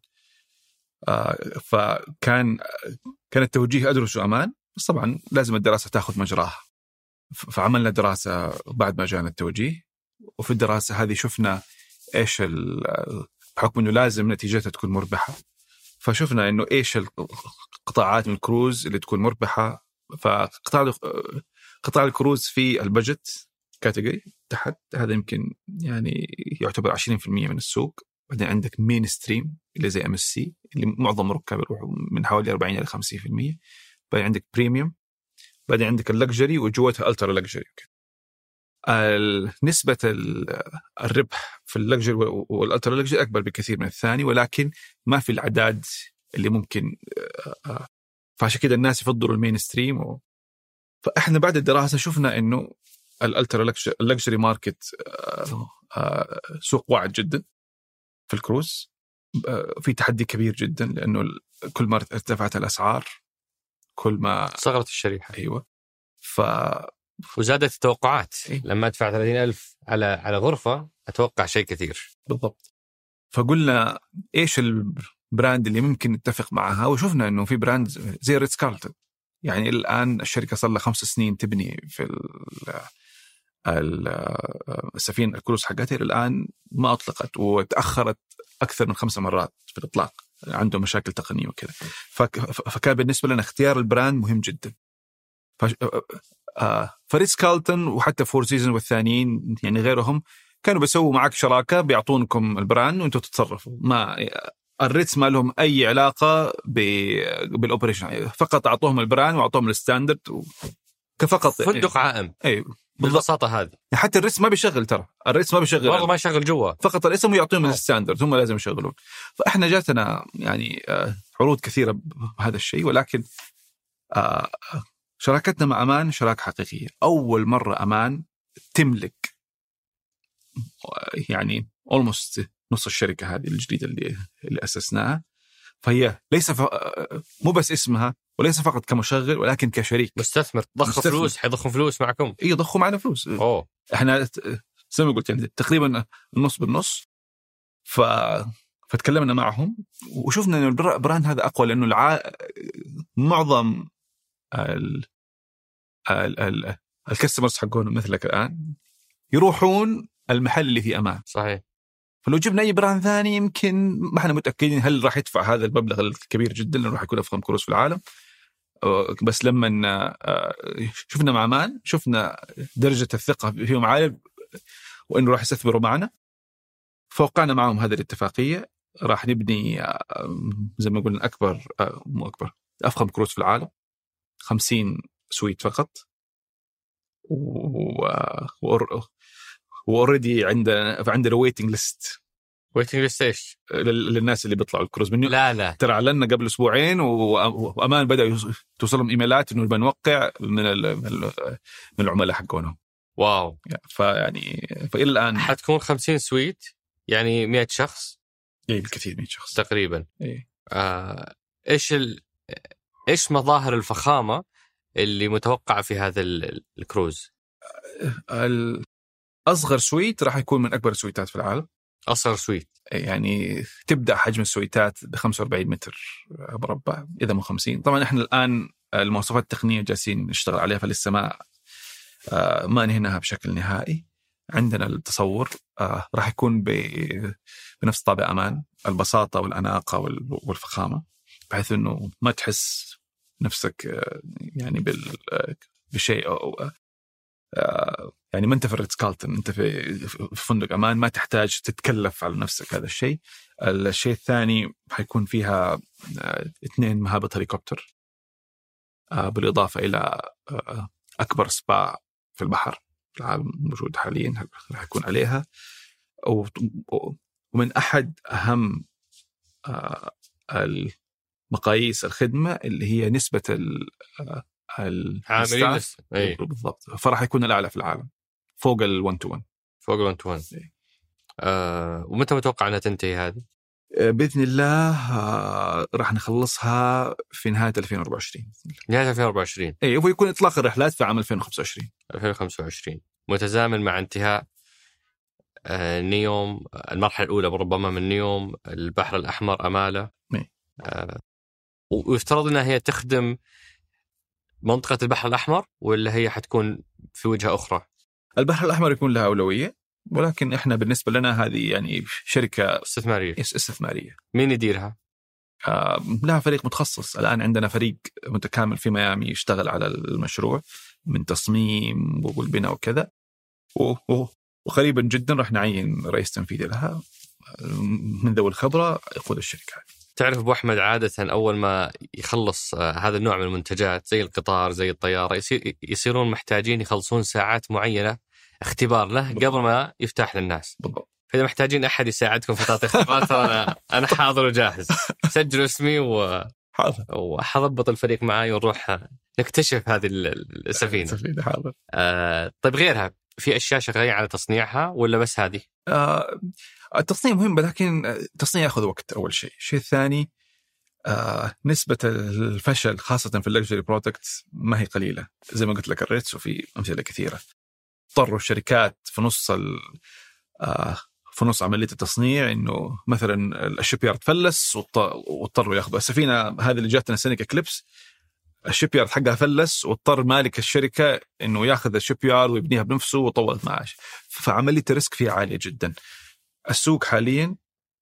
C: فكان التوجيه أدرسوا أمان، بس طبعا لازم الدراسة تأخذ مجراها. فعملنا دراسة بعد ما جانا التوجيه، وفي الدراسة هذه شفنا إيش بحكم إنه لازم نتيجتها تكون مربحة، فشفنا إنه إيش القطاعات من الكروز اللي تكون مربحة. فقطاع الكروز في البجت كاتيجوري تحت، هذا يمكن يعني يعتبر 20% من السوق. بعدين عندك مين ستريم اللي زي MSC اللي معظم الركاب يروحوا من حوالي 40 إلى 50%. بعدين عندك بريميوم، بعدين عندك اللكجري وجوتها الترا لكجري. نسبة الربح في اللكجري والالترا لكجري أكبر بكثير من الثاني، ولكن ما في الأعداد اللي ممكن. فعشان كده الناس يفضلوا المين ستريم. فإحنا بعد الدراسة شفنا إنه الالترا لكجري ماركت سوق واعد جدا في الكروز، في تحدي كبير جدا، لأنه كل ما ارتفعت الأسعار كل ما
B: صغرت الشريحة.
C: أيوة.
B: وزادت التوقعات. لما أدفع 30,000 على غرفة أتوقع شيء كثير.
C: بالضبط. فقلنا إيش البراند اللي ممكن نتفق معها، وشفنا إنه في براند زي ريتز كارلتون. يعني الآن الشركة صار لها 5 سنين تبني في السفينة الكروز حقتها، الآن ما أطلقت، وتأخرت أكثر من 5 مرات في الإطلاق، عندهم مشاكل تقنية وكذا. فكان بالنسبة لنا اختيار البراند مهم جدا. فريتز كارلتون وحتى فور سيزون والثانيين يعني غيرهم كانوا بيسووا معك شراكة، بيعطونكم البراند وانتوا تتصرفوا. ما الريتز ما لهم أي علاقة بالأوبريشن، فقط أعطوهم البراند وأعطوهم الستاندرد وكان كفقط
B: فندق عائم.
C: اي
B: بالبساطه هذه.
C: حتى الرئيس ما بيشغل، ترى الرئيس ما بيشغل
B: والله ما يشغل جوا،
C: فقط الرئيس هم يعطيهم الستاندرد، هم لازم يشغلون. فاحنا جاتنا يعني عروض كثيره بهذا الشيء، ولكن شراكتنا مع امان شراكه حقيقيه. اول مره امان تملك يعني almost نص الشركه هذه الجديده اللي اسسناها. فهي ليس مو بس اسمها، وليس فقط كمشغل، ولكن كشريك
B: مستثمر. ضخ فلوس، حيضخوا فلوس معكم.
C: يضخوا معنا فلوس. احنا زي ما قلت يعني تقريبا النص بالنص. فتكلمنا معهم وشفنا ان البراند هذا اقوى، لانه معظم الكاستمرز حقون مثلك الان يروحون المحل اللي فيه امان.
B: صحيح.
C: فلو جبنا اي براند ثاني يمكن ما احنا متاكدين هل راح يدفع هذا المبلغ الكبير جدا لانه راح يكون افخم كروز في العالم. بس لما شفنا مع امان شفنا درجه الثقه فيهم عاليه، وانه راح يستثمروا معنا، فوقعنا معهم هذه الاتفاقيه. راح نبني زي ما قلنا افخم كروز في العالم، 50 سويت فقط. وأوريدي عندنا ويتنج ليست.
B: ويتنج ليست ايش؟
C: للناس اللي بيطلعوا الكروز منه.
B: لا
C: ترى اعلنا قبل اسبوعين، وامان بدأ توصلهم ايميلات انه بنوقع من العملاء حقونهم.
B: واو.
C: فيعني فإلى الآن
B: حتكون 50 سويت، يعني 100 شخص.
C: اي بالكثير 100 شخص
B: تقريبا.
C: اي.
B: ايش مظاهر الفخامة اللي متوقعة في هذا الكروز؟
C: أصغر سويت راح يكون من أكبر السويتات في العالم.
B: أصغر سويت
C: يعني تبدأ حجم السويتات ب 45 متر مربع إذا مو 50. طبعا إحنا الآن المواصفات التقنية جالسين نشتغل عليها، فلسه ما نهيناها بشكل نهائي. عندنا التصور راح يكون بنفس طابع أمان، البساطة والأناقة والفخامة، بحيث إنه ما تحس نفسك يعني بشيء أو يعني ما أنت في الريتز كارلتون، أنت في فندق أمان، ما تحتاج تتكلف على نفسك هذا الشيء. الشيء الثاني حيكون فيها 2 مهابط هليكوبتر، بالإضافة إلى أكبر سبا في البحر في العالم موجود حاليا راح يكون عليها. ومن أحد أهم المقاييس الخدمة اللي هي نسبة
B: عاملين.
C: بالضبط. فراح يكون الأعلى في العالم، فوق ال1-to-1.
B: فوق ال1-to-1. ومتى متوقع أنها تنتهي هذه؟
C: بإذن الله راح نخلصها في نهاية 2024.
B: نهاية 2024.
C: إيه، ويكون إطلاق الرحلات في عام 2025.
B: 2025 متزامن مع انتهاء نيوم، المرحلة الأولى ربما من نيوم، البحر الأحمر، أمالة. ويفترض أنها هي تخدم منطقة البحر الأحمر، ولا هي حتكون في وجهة أخرى؟
C: البحر الأحمر يكون لها أولوية، ولكن إحنا بالنسبة لنا هذه يعني شركة استثمارية.
B: مين يديرها؟
C: لها فريق متخصص. الآن عندنا فريق متكامل في ميامي يشتغل على المشروع من تصميم والبناء وكذا، وقريبا جدا راح نعين رئيس تنفيذي لها من ذوي الخبرة يقود الشركة.
B: تعرف أبو أحمد، عادة أول ما يخلص هذا النوع من المنتجات زي القطار زي الطيارة يصيرون محتاجين يخلصون ساعات معينة اختبار له قبل ما يفتح للناس.
C: بالضبط.
B: فإذا محتاجين أحد يساعدكم في فترة اختبار، ترى أنا حاضر وجاهز. سجلوا اسمي وحضبط الفريق معاي ونروح نكتشف هذه السفينة.
C: حاضر.
B: طيب غيرها في أشياء شغالين على تصنيعها ولا بس هذه؟
C: التصنيع مهم، لكن التصنيع يأخذ وقت أول شيء. الشيء الثاني نسبة الفشل خاصة في اللكجري برودكتس ما هي قليلة، زي ما قلت لك الريتس، وفي أمثلة كثيرة. اضطروا الشركات في نص عملية التصنيع إنه مثلا الشيب يارد فلس واضطروا يأخذوا السفينة هذه اللي جاتنا سينيك إكليبس. الشيب يارد حقها فلس واضطر مالك الشركة إنه يأخذ الشيب يارد ويبنيها بنفسه وطولت معاش. فعملية الريسك فيها عالية جدا. السوق حاليا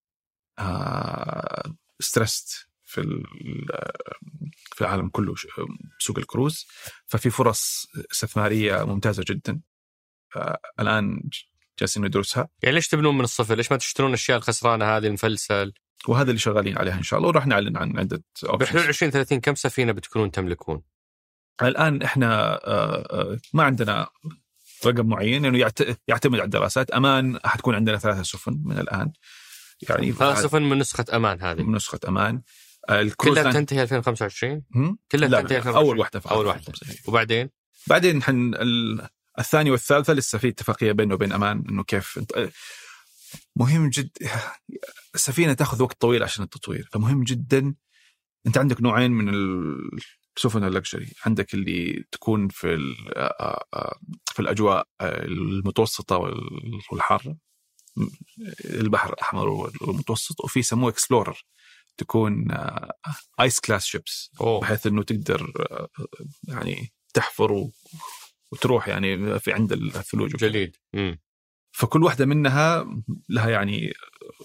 C: ستريست في العالم كله، سوق الكروز، ففي فرص استثمارية ممتازة جدا الآن جالسين ندرسها.
B: يعني ليش تبنون من الصفر؟ ليش ما تشترون الأشياء الخسرانة هذه المفلسل؟
C: وهذا اللي شغالين عليها إن شاء الله، وراح نعلن عن عدة.
B: بحلول 2030 كم سفينة بتكونون تملكون؟
C: الآن إحنا ما عندنا رقم معين، لأنه يعتمد على الدراسات. أمان حتكون عندنا 3 سفن من الآن، يعني
B: 3 سفن من نسخة أمان. هذه
C: من نسخة أمان.
B: كلها بتنتهي 2025. كلها بتنتهي 2025.
C: أول واحدة
B: أول واحدة. وبعدين
C: الثاني والثالثة لسه في اتفاقية بينه وبين أمان إنه كيف. مهم جدا، السفينة تأخذ وقت طويل عشان التطوير، فمهم جدا. أنت عندك نوعين من السفن اللكجري، عندك اللي تكون في الأجواء المتوسطة والحارة، البحر الأحمر والمتوسط، وفي سموه إكسبلورر، تكون آيس كلاس شيبس، بحيث إنه تقدر يعني تحفر وتروح يعني في عند الثلوج
B: جليد.
C: فكل واحدة منها لها يعني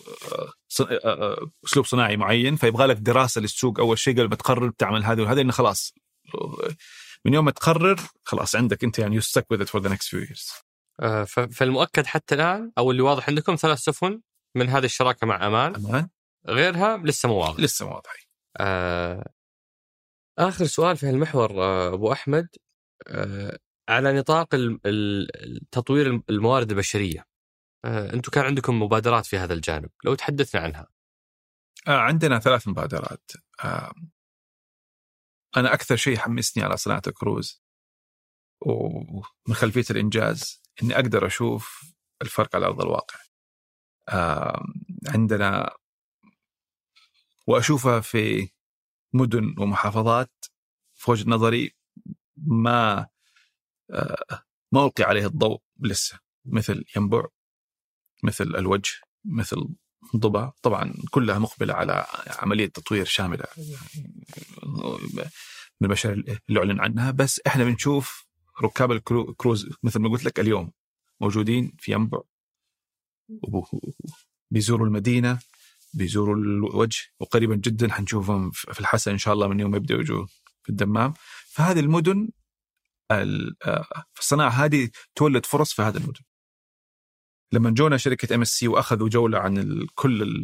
C: أسلوب صناعي معين، فيبغى لك دراسة للسوق أول شيء قبل ما تقرر تعمل هذا وهذا، إنه خلاص من يوم ما تقرر خلاص عندك أنت يعني you stuck with it for the next few years.
B: فالمؤكد حتى الآن أو اللي واضح عندكم 3 سفن من هذه الشراكة مع أمان. غيرها لسه مو واضح. آخر سؤال في هالمحور أبو أحمد، على نطاق تطوير الموارد البشرية، أنتم كان عندكم مبادرات في هذا الجانب، لو تحدثنا عنها.
C: عندنا 3 مبادرات. أنا أكثر شيء حمسني على صناعة الكروز ومن خلفية الإنجاز إني أقدر أشوف الفرق على أرض الواقع. عندنا وأشوفها في مدن ومحافظات في وجهة نظري ما ألقي عليه الضوء لسه، مثل ينبع، مثل الوجه، مثل ضبع. طبعا كلها مقبلة على عملية تطوير شاملة من البشر اللي أعلن عنها، بس إحنا بنشوف ركاب الكروز مثل ما قلت لك اليوم موجودين في ينبع، بيزوروا المدينة، بيزوروا الوجه، وقريبا جدا حنشوفهم في الحسا إن شاء الله من يوم يبدأوا يجوا في الدمام. فهذه المدن في الصناعة هذه تولد فرص في هذا المدن. لما جونا شركة MSC وأخذوا جولة عن كل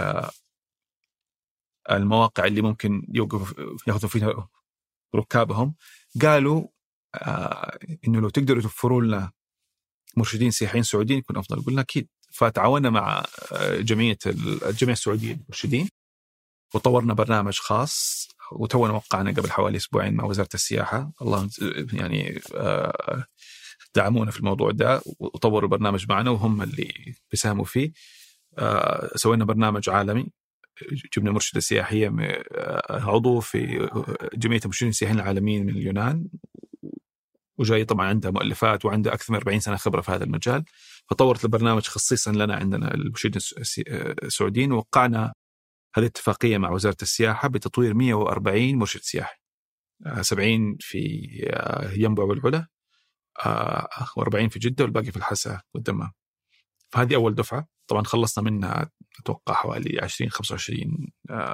C: المواقع اللي ممكن يأخذوا فيها ركابهم، قالوا إنه لو تقدروا توفروا لنا مرشدين سياحيين سعوديين يكون أفضل. قلنا أكيد. فتعاوننا مع الجمعية السعودية للمرشدين وطورنا برنامج خاص، وتونا وقعنا قبل حوالي 2 أسبوع مع وزارة السياحة. الله يعني دعمونا في الموضوع ده وطوروا البرنامج معنا وهم اللي بيساهموا فيه. سوينا برنامج عالمي، جبنا مرشدة سياحية عضو في جمعية المرشدين السياحيين العالميين من اليونان، وجاي طبعا عندها مؤلفات وعندها أكثر من 40 سنة خبرة في هذا المجال. فطورت البرنامج خصيصا لنا عندنا المرشدين السعوديين، ووقعنا هذه الاتفاقية مع وزارة السياحة بتطوير 140 مرشد سياحي، 70 في ينبع والعلا، و40 في جدة، والباقي في الحسا والدمام. فهذه أول دفعة. طبعا خلصنا منها أتوقع حوالي 20-25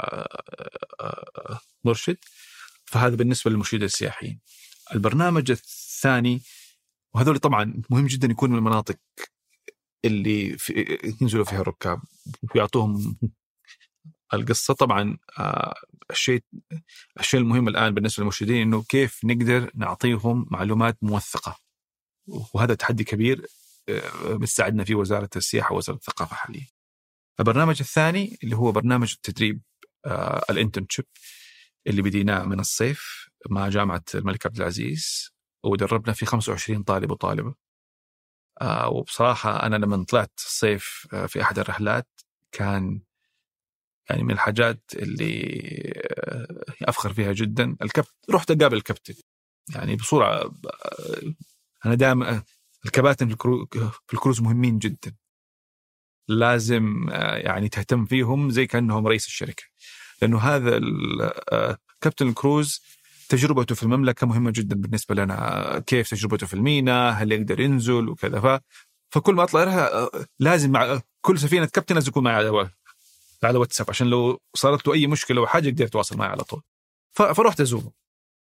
C: مرشد. فهذا بالنسبة للمرشدين السياحيين. البرنامج الثاني، وهذول طبعا مهم جدا يكون من المناطق اللي ينزلوا فيها الركاب ويعطوهم القصة. طبعا الشيء المهم الآن بالنسبة للمرشدين إنه كيف نقدر نعطيهم معلومات موثقة، وهذا تحدي كبير بتساعدنا فيه وزارة السياحة ووزارة الثقافة حاليا. البرنامج الثاني اللي هو برنامج التدريب الانترنشيب اللي بديناه من الصيف مع جامعة الملك عبد العزيز، ودربنا في 25 طالب وطالبة. وبصراحة أنا لما طلعت الصيف في أحد الرحلات كان يعني من الحاجات اللي أفخر فيها جدا. رحت أقابل الكابتن يعني بصورة، أنا دائما الكباتن في الكروز مهمين جدا، لازم يعني تهتم فيهم زي كأنهم رئيس الشركة، لأنه هذا كابتن الكروز تجربته في المملكة مهمة جدا بالنسبة لنا. كيف تجربته في الميناء، هل يقدر ينزل وكذا. فكل ما أطلع لها لازم مع كل سفينة كابتن لازم يكون معي على واتساب، عشان لو صارت له أي مشكلة أو حاجة يقدر يتواصل معي على طول. فرحت أزوره.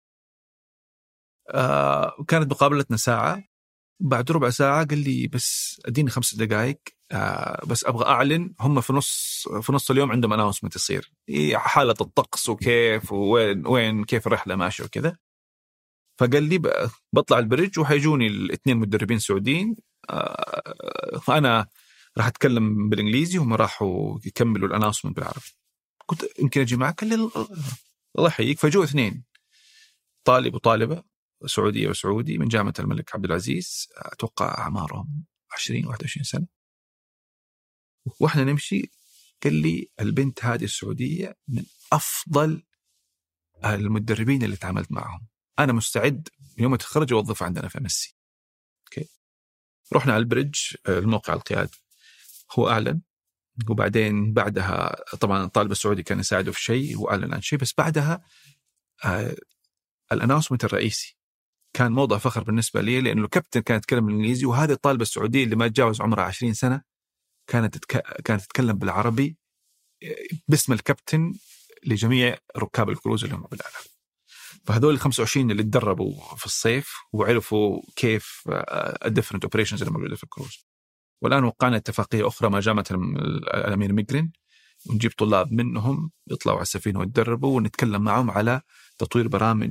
C: وكانت مقابلتنا ساعة. بعد ربع ساعة قال لي بس أديني 5 دقائق بس أبغى أعلن. هم في نص اليوم عندهم أناونسمنت يصير حالة الطقس وكيف وين كيف الرحلة ماشية وكذا. فقال لي بطلع البريدج وحيجوني الاثنين مدربين سعوديين، فأنا راح أتكلم بالإنجليزي وهم راحوا يكملوا الأناونسمنت بالعربي. قلت يمكن أجي معك؟ قال لي الله يحييك. فجوا اثنين، طالب وطالبة، سعودية وسعودي، من جامعة الملك عبد العزيز، أتوقع أعمارهم 20-21 سنة. وإحنا نمشي قال لي البنت هذه السعودية من أفضل المدربين اللي تعاملت معهم، أنا مستعد يوم تخرج أوظف عندنا في مسي. أوكي. رحنا على البريدج، الموقع القيادي هو أعلن، وبعدين بعدها طبعا الطالب السعودي كان يساعده في شيء وأعلن عن شيء، بس بعدها الأناونسمنت الرئيسي كان موضوع فخر بالنسبة لي، لأنه الكابتن كان يتكلم بالإنجليزي، وهذه الطالبة السعودية اللي ما تجاوز عمرها 20 سنة كانت تتكلم بالعربي باسم الكابتن لجميع ركاب الكروز اللي هم بالعالم. فهذول 25 اللي تدربوا في الصيف وعرفوا كيف الديفرنت اوبريشنز اللي موجوده في الكروز. والان وقعنا اتفاقيه اخرى مع جامعه الامير ميغرين، ونجيب طلاب منهم يطلعوا على السفينه ويتدربوا، ونتكلم معهم على تطوير برامج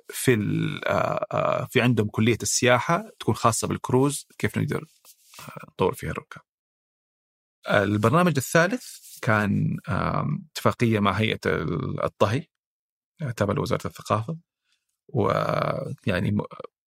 C: في عندهم كليه السياحه تكون خاصه بالكروز، كيف نقدر نطور فيها الركاب. البرنامج الثالث كان اتفاقيه مع هيئه الطهي تابع لوزارة الثقافة، ويعني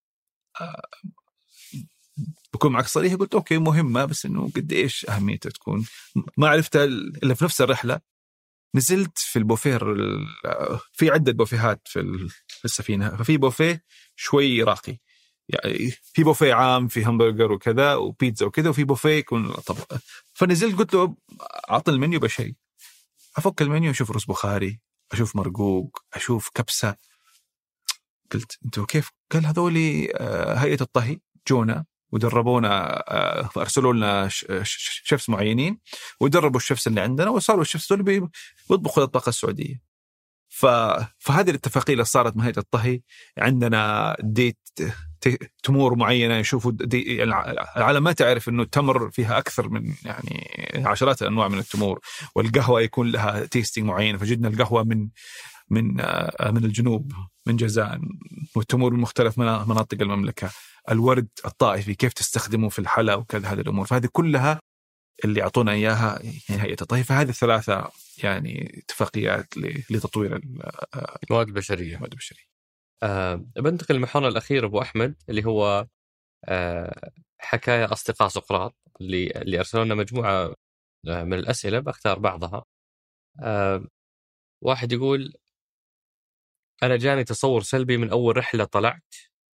C: بكون معك صريح، قلت أوكي مهمة، بس إنه قد إيش أهميتها تكون ما عرفتها إلا في نفس الرحلة. نزلت في البوفير، في عدة بوفيهات في السفينة، ففي بوفيه شوي راقي، يعني في بوفيه عام في همبرجر وكذا وبيتزا وكذا، وفي بوفيه يكون طبق. فنزلت قلت له أعطي المنيو بشيء، أفك المنيو أشوف رز بخاري، أشوف مرقوق، أشوف كبسة. قلت أنتوا كيف؟ قال هذولي هيئة الطهي جونا ودربونا، أرسلوا لنا شيفs معينين ودربوا الشيفs اللي عندنا، وصاروا الشيفs دول بيطبخوا الطاقة السعودية. فهذه الاتفاقية اللي صارت مع هيئة الطهي، عندنا ديت تمور معينة يشوفوا العالم ما تعرف إنه التمر فيها أكثر من يعني عشرات الأنواع من التمور، والقهوة يكون لها تيستينج معين، فجدنا القهوة من الجنوب من جازان، والتمور من مختلف مناطق المملكة، الورد الطائفي كيف تستخدمه في الحلا وكذا، هذه الأمور. فهذه كلها اللي أعطونا إياها يعني هيئة الطهي. فهذه الثلاثة يعني اتفاقيات لتطوير
B: الموارد البشرية. بنتقل للمحور الأخير أبو أحمد، اللي هو حكاية أصدقاء سقراط، اللي أرسلوا لنا مجموعة من الأسئلة، بختار بعضها. واحد يقول: أنا جاني تصور سلبي من أول رحلة طلعت،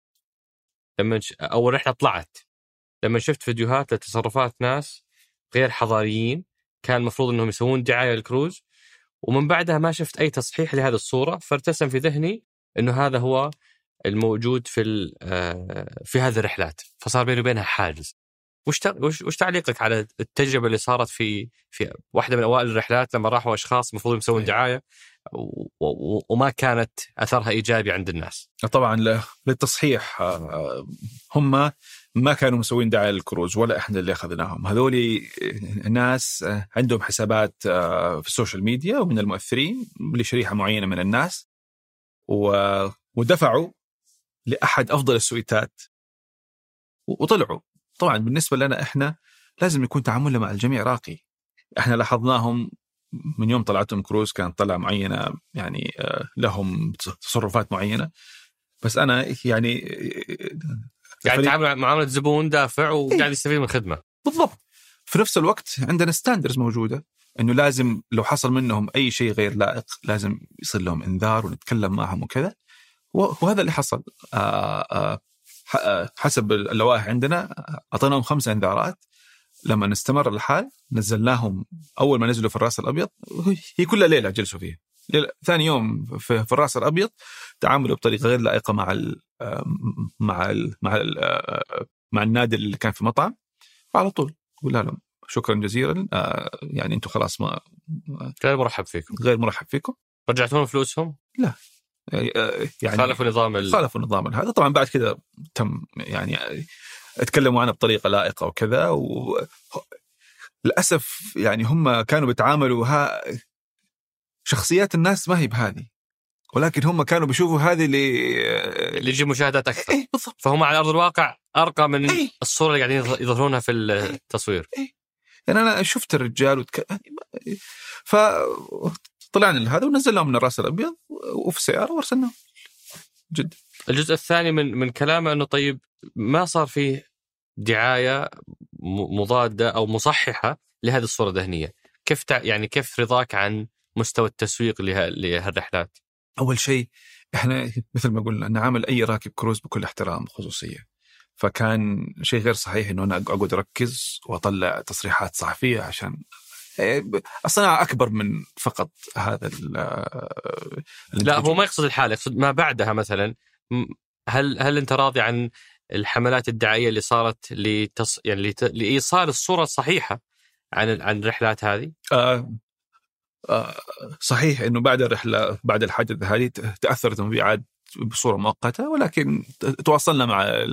B: لما شفت فيديوهات لتصرفات ناس غير حضاريين كان المفروض أنهم يسوون دعاية للكروز، ومن بعدها ما شفت أي تصحيح لهذه الصورة، فارتسم في ذهني أنه هذا هو الموجود في هذه الرحلات، فصار بيني وبينها حاجز. وش تعليقك على التجربة اللي صارت في واحدة من أوائل الرحلات، لما راحوا أشخاص مفروض يسوون دعاية وما كانت أثرها إيجابي عند الناس؟
C: طبعا للتصحيح، هم ما كانوا مسوين دعاية للكروز ولا إحنا اللي أخذناهم. هذولي ناس عندهم حسابات في السوشيال ميديا ومن المؤثرين لشريحة معينة من الناس، ودفعوا لأحد أفضل السويتات وطلعوا. طبعا بالنسبة لنا إحنا لازم يكون تعاملنا مع الجميع راقي. إحنا لاحظناهم من يوم طلعتهم كروز كانت طلعة معينة، يعني لهم تصرفات معينة، بس أنا يعني
B: تعامل معاملة زبون دافع وقاعد يستفيد من الخدمة.
C: بالضبط. في نفس الوقت عندنا ستاندرز موجودة، إنه لازم لو حصل منهم أي شيء غير لائق لازم يصير لهم إنذار ونتكلم معهم وكذا، وهذا اللي حصل. حسب اللوائح عندنا أعطيناهم 5 إنذارات. لما نستمر الحال نزلناهم، أول ما نزلوا في الرأس الأبيض هي كل ليلة جلسوا فيه، ثاني يوم في الرأس الأبيض تعاملوا بطريقة غير لائقة مع النادي اللي كان في مطعم، وعلى طول قلنا لهم شكرا جزيلا، يعني أنتم خلاص ما
B: غير مرحب فيكم. رجعتون فلوسهم؟
C: لا، يعني خالفوا نظام هذا. طبعا بعد كده تم يعني اتكلموا عنه بطريقة لائقة وكذا، للأسف يعني هم كانوا بيتعاملوا شخصيات الناس ما هي بهذه، ولكن هم كانوا بيشوفوا هذه
B: اللي يجيب مشاهدات أكثر.
C: بالضبط.
B: فهم على أرض الواقع أرقى من الصورة اللي قاعدين يظهرونها في التصوير.
C: يعني أنا شفت الرجال فطلعنا لهذا ونزلناه من الراس الأبيض وفي السيارة وارسلناه جدا.
B: الجزء الثاني من كلامه أنه طيب ما صار فيه دعاية مضادة أو مصححة لهذه الصورة الذهنية. كيف رضاك عن مستوى التسويق لهالرحلات؟
C: أول شيء إحنا مثل ما قلنا نعامل أي راكب كروز بكل احترام وخصوصية، فكان شيء غير صحيح إنه أنا أقعد أركز وأطلع تصريحات صحفية عشان الصناعة أكبر من فقط هذا.
B: لا هو ما يقصد الحالة، يقصد ما بعدها مثلا. هل أنت راضي عن الحملات الدعائية اللي صارت لإيصال الصورة الصحيحة عن الرحلات هذه؟
C: صحيح إنه بعد الرحلة بعد الحادث هذه تأثرت المبيعات بصورة مؤقتة، ولكن تواصلنا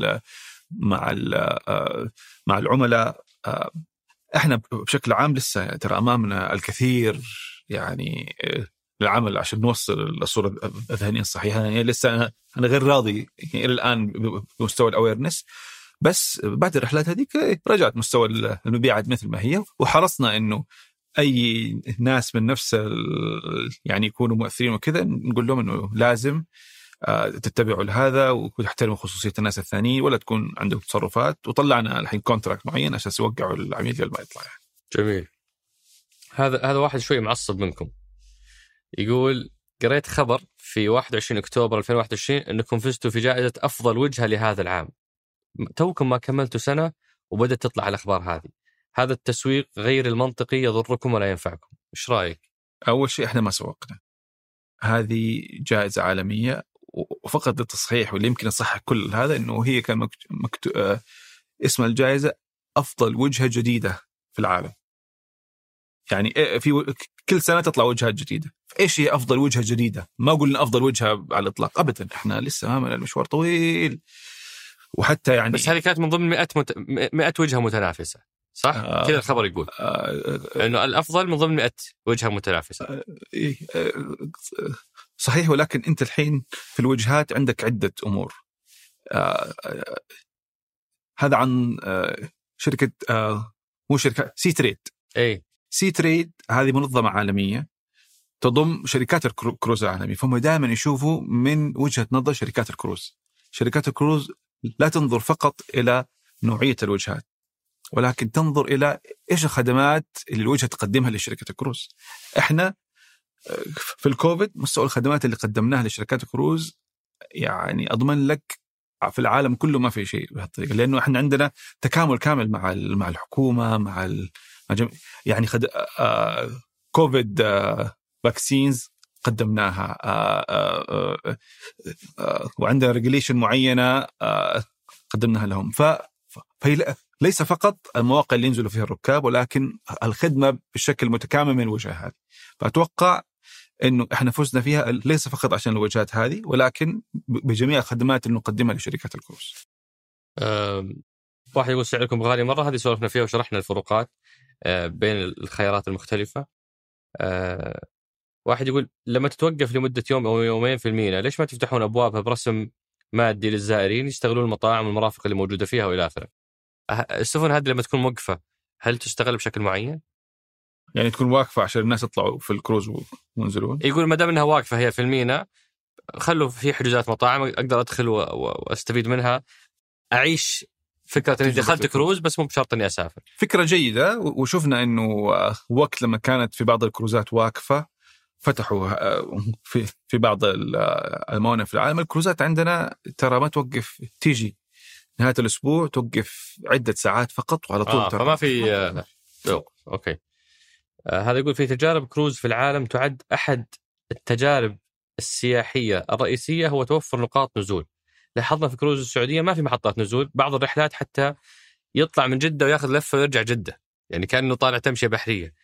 C: مع العملاء. احنا بشكل عام لسه ترى امامنا الكثير يعني للعمل عشان نوصل الصورة الذهنية الصحيحة. يعني لسه انا غير راضي يعني الى الان بمستوى الاويرنس، بس بعد الرحلات هذيك رجعت مستوى المبيعات مثل ما هي، وحرصنا انه اي ناس من نفس يعني يكونوا مؤثرين وكذا نقول لهم انه لازم تتبعوا لهذا وتحترموا خصوصية الناس الثانيين ولا تكون عندهم تصرفات. وطلعنا الحين كونتراكت معين عشان يوقعوا العميل قبل ما يطلع.
B: جميل. هذا واحد شوي معصب منكم يقول قريت خبر في 21 أكتوبر 2021 أنكم فزتوا في جائزة أفضل وجهة لهذا العام. توكم ما كملتوا سنة وبدأت تطلع الأخبار هذه. هذا التسويق غير المنطقي يضركم ولا ينفعكم. إيش رأيك؟
C: أول شيء إحنا ما سوقنا، هذه جائزة عالمية وفقط للتصحيح واللي يمكن يصحح كل هذا إنه هي كان اسم الجائزة أفضل وجهة جديدة في العالم. يعني في كل سنة تطلع وجهات جديدة. إيش هي أفضل وجهة جديدة؟ ما قلنا أفضل وجهة على الإطلاق أبدا، إحنا لسه أمامنا المشوار طويل. وحتى يعني
B: بس هذه كانت من ضمن 100 وجهة متنافسة، صح؟ كذا الخبر يقول إنه الأفضل من ضمن 100 وجهة متنافسة.
C: صحيح، ولكن أنت الحين في الوجهات عندك عدة أمور. هذا عن شركة مو شركة سي تريد. سي تريد هذه منظمة عالمية تضم شركات الكروز العالمية، فهم دائما يشوفوا من وجهة نظر شركات الكروز. شركات الكروز لا تنظر فقط إلى نوعية الوجهات، ولكن تنظر إلى إيش الخدمات اللي الوجهة تقدمها لشركة الكروز. إحنا في الكوفيد مستوى الخدمات اللي قدمناها لشركات الكروز يعني أضمن لك في العالم كله ما في شيء بهالطريقة، لأنه إحنا عندنا تكامل كامل مع الحكومة يعني كوفيد فاكسينز قدمناها، وعندنا ريجوليشن معينة قدمناها لهم. ليس فقط المواقع اللي ينزلوا فيها الركاب، ولكن الخدمة بشكل متكامل من الوجهات هذه. فأتوقع إنه إحنا فزنا فيها ليس فقط عشان الوجهات هذه، ولكن بجميع الخدمات اللي نقدمها لشركات الكروز.
B: واحد يقول سعركم غالي مرة، هذه سولفنا فيها وشرحنا الفروقات بين الخيارات المختلفة. واحد يقول لما تتوقف لمدة يوم أو يومين في الميناء ليش ما تفتحون أبوابها برسم مادي للزائرين يستغلون المطاعم والمرافق اللي موجودة فيها وإلى آخره؟ السفن هذه لما تكون موقفة هل تستغل بشكل معين؟
C: يعني تكون واقفة عشان الناس يطلعوا في الكروز وينزلون؟
B: يقول ما دام أنها واقفة هي في الميناء خلوا في حجوزات مطاعم أقدر أدخل وأستفيد منها، أعيش فكرة إني دخلت كروز بس مو بشرط إني أسافر.
C: فكرة جيدة، وشفنا إنه وقت لما كانت في بعض الكروزات واقفة فتحوا في بعض الموانئ في العالم. الكروزات عندنا ترى ما توقف، تيجي نهاية الأسبوع توقف عدة ساعات فقط وعلى طول.
B: فما في أوكي. هذا يقول في تجارب كروز في العالم تعد أحد التجارب السياحية الرئيسية هو توفر نقاط نزول. لاحظنا في كروز السعودية ما في محطات نزول، بعض الرحلات حتى يطلع من جدة وياخذ لفة ويرجع جدة، يعني كأنه طالع تمشية بحرية.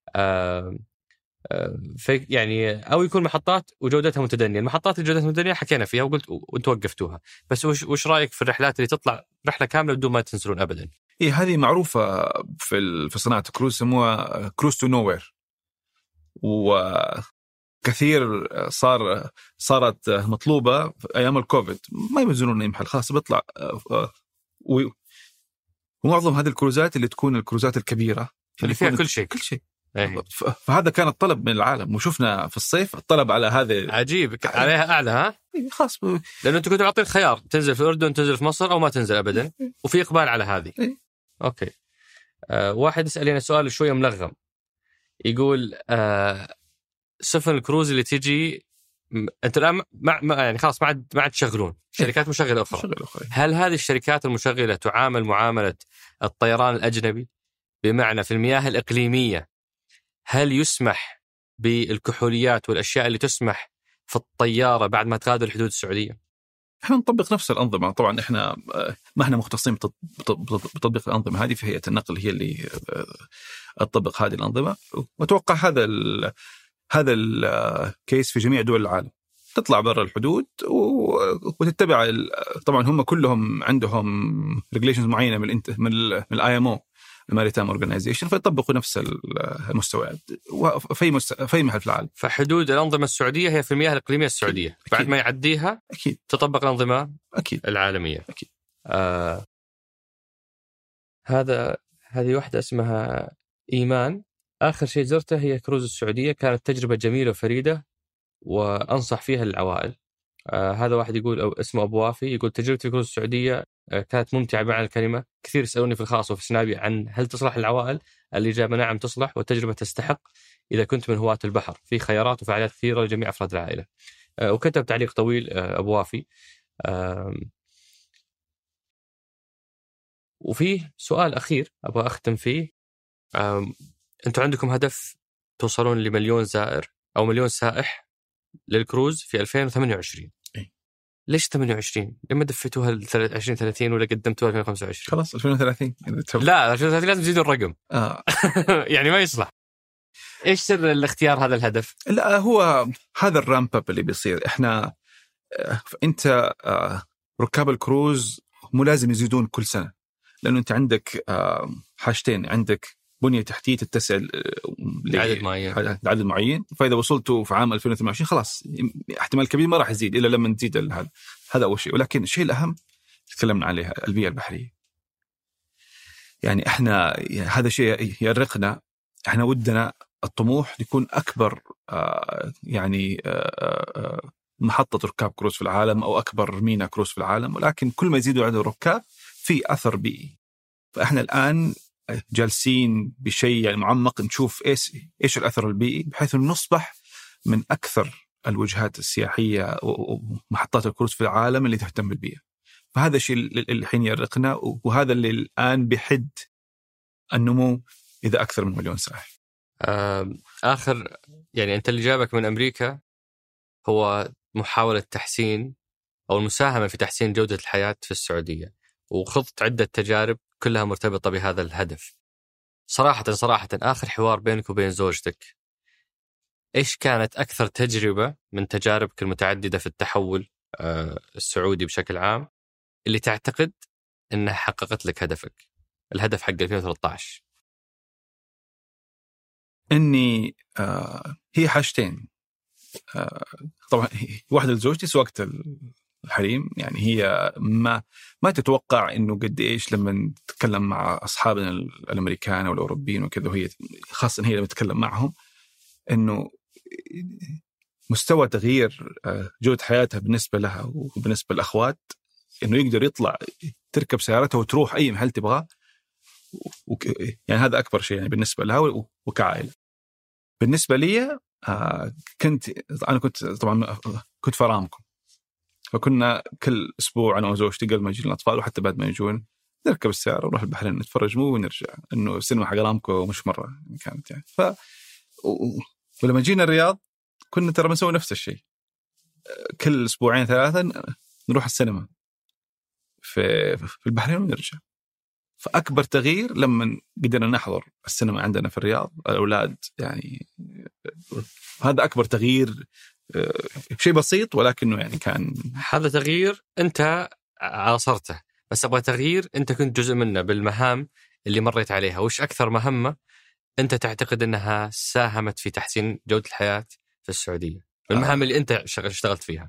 B: في يعني أو يكون محطات وجودتها متدنية. المحطات اللي جودتها متدنية حكينا فيها وقلت وانتوا وقفتوها، بس وش رأيك في الرحلات اللي تطلع رحلة كاملة بدون ما تنزلون أبدا؟
C: إيه هذه معروفة في صناعة الكروز، يسموها كروز تو نووير. كثير صارت مطلوبة في أيام الكوفيد، ما يوزنون يمحل خلاص بيطلع. ومعظم هذه الكروزات اللي تكون الكروزات الكبيرة
B: اللي فيها كل شيء.
C: فهذا كان الطلب من العالم، وشفنا في الصيف الطلب على هذه
B: عجيب عليها أعلى. ها
C: خاص
B: لأنه أنت كنت عاطين خيار تنزل في الأردن تنزل في مصر أو ما تنزل أبدا، وفي إقبال على هذه. أوكي. واحد يسألنا سؤال شوية ملغم، يقول سفن الكروز اللي تيجي أنت الآن يعني خلاص ما عاد تشغلون شركات مشغلة أخرى. هل هذه الشركات المشغلة تعامل معاملة الطيران الأجنبي؟ بمعنى في المياه الإقليمية هل يسمح بالكحوليات والأشياء اللي تسمح في الطيارة بعد ما تغادر الحدود السعودية؟
C: احنا نطبق نفس الأنظمة. طبعا احنا ما احنا مختصين بتطبيق الأنظمة هذه، في هيئة النقل هي اللي تطبق هذه الأنظمة. وأتوقع هذا الكيس في جميع دول العالم، تطلع برا الحدود وتتبع. طبعا هم كلهم عندهم ريجليشنز معينة من الIMO الماريتايم اورجانيزيشن، فيطبقوا نفس المستويات في محل في العالم.
B: فحدود الأنظمة السعودية هي في المياه الإقليمية السعودية. أكيد. بعد ما يعديها
C: أكيد
B: تطبق الأنظمة
C: أكيد
B: العالمية.
C: أكيد.
B: هذه واحدة اسمها إيمان، آخر شيء زرته هي كروز السعودية، كانت تجربة جميلة وفريدة وأنصح فيها للعوائل. هذا واحد يقول أو اسمه أبو وافي، يقول تجربتي في كروز السعودية كانت ممتعة بمعنى الكلمة. كثير يسألوني في الخاص وفي سنابي عن هل تصلح للعوائل؟ الإجابة نعم تصلح، والتجربة تستحق إذا كنت من هواة البحر. في خيارات وفعاليات كثيرة لجميع أفراد العائلة. وكتب تعليق طويل أبو وافي. وفيه سؤال أخير أبغى أختم فيه. أنتم عندكم هدف توصلون ل1,000,000 زائر أو 1,000,000 سائح للكروز في 2028. ليش 28؟ لما دفتوها 2030 ولا قدمتوها 2025؟
C: خلاص 2030.
B: لا 2030 لازم تزيدوا الرقم. يعني ما يصلح. ايش سر الاختيار هذا الهدف؟
C: لا هو هذا الرامب اب اللي بيصير. احنا انت ركاب الكروز مو لازم يزيدون كل سنة، لأنه انت عندك حاجتين، عندك بنية تحتية تتسع لعدد معين. فإذا وصلتوا في عام 2028 خلاص احتمال كبير ما راح يزيد إلا لما نزيد هذا أول شيء. ولكن الشيء الأهم تكلمنا عليها البيئة البحرية. يعني احنا هذا شيء يرقنا. احنا ودنا الطموح يكون أكبر محطة ركاب كروز في العالم أو أكبر ميناء كروز في العالم، ولكن كل ما يزيدوا عدد الركاب في أثر بيئي. فإحنا الآن جالسين بشيء يعني معمق نشوف إيش الأثر البيئي، بحيث أن نصبح من أكثر الوجهات السياحية ومحطات الكروز في العالم اللي تهتم بالبيئة. فهذا الشيء اللي الحين يرقنا، وهذا اللي الآن بحد النمو إذا أكثر من 1,000,000 سائح.
B: آخر يعني أنت اللي جابك من أمريكا هو محاولة تحسين أو المساهمة في تحسين جودة الحياة في السعودية، وخضت عدة تجارب كلها مرتبطة بهذا الهدف. صراحة آخر حوار بينك وبين زوجتك، إيش كانت أكثر تجربة من تجاربك المتعددة في التحول السعودي بشكل عام اللي تعتقد أنها حققت لك هدفك، الهدف حق 2013؟
C: إني هي حاجتين. طبعا واحدة لزوجتي سواقة الحريم. يعني هي ما تتوقع إنه قد إيش لما تتكلم مع أصحابنا الأمريكان والأوروبيين وكذا، وهي خاصة هي لما تتكلم معهم إنه مستوى تغيير جودة حياتها بالنسبة لها وبالنسبة للأخوات، إنه يقدر يطلع تركب سيارتها وتروح أي محل تبغاه. يعني هذا أكبر شيء يعني بالنسبة لها وكعائلة. بالنسبة لي أنا كنت في أرامكو، فكنا كل أسبوع أنا وزوجتي قبل ما يجون الأطفال وحتى بعد ما يجون نركب السيارة ونروح البحرين نتفرج ونرجع. إنه السينما حق أرامكو مش مرة كانت يعني. ولما جينا الرياض كنا ترى بنسوي نفس الشيء، كل أسبوعين 3 نروح السينما في البحرين ونرجع. فأكبر تغيير لما قدرنا نحضر السينما عندنا في الرياض الأولاد، يعني هذا أكبر تغيير. شيء بسيط ولكنه يعني كان
B: هذا تغيير أنت عاصرته، بس أبغى تغيير أنت كنت جزء منه بالمهام اللي مريت عليها. وش أكثر مهمة أنت تعتقد أنها ساهمت في تحسين جودة الحياة في السعودية، المهام اللي أنت اشتغلت فيها.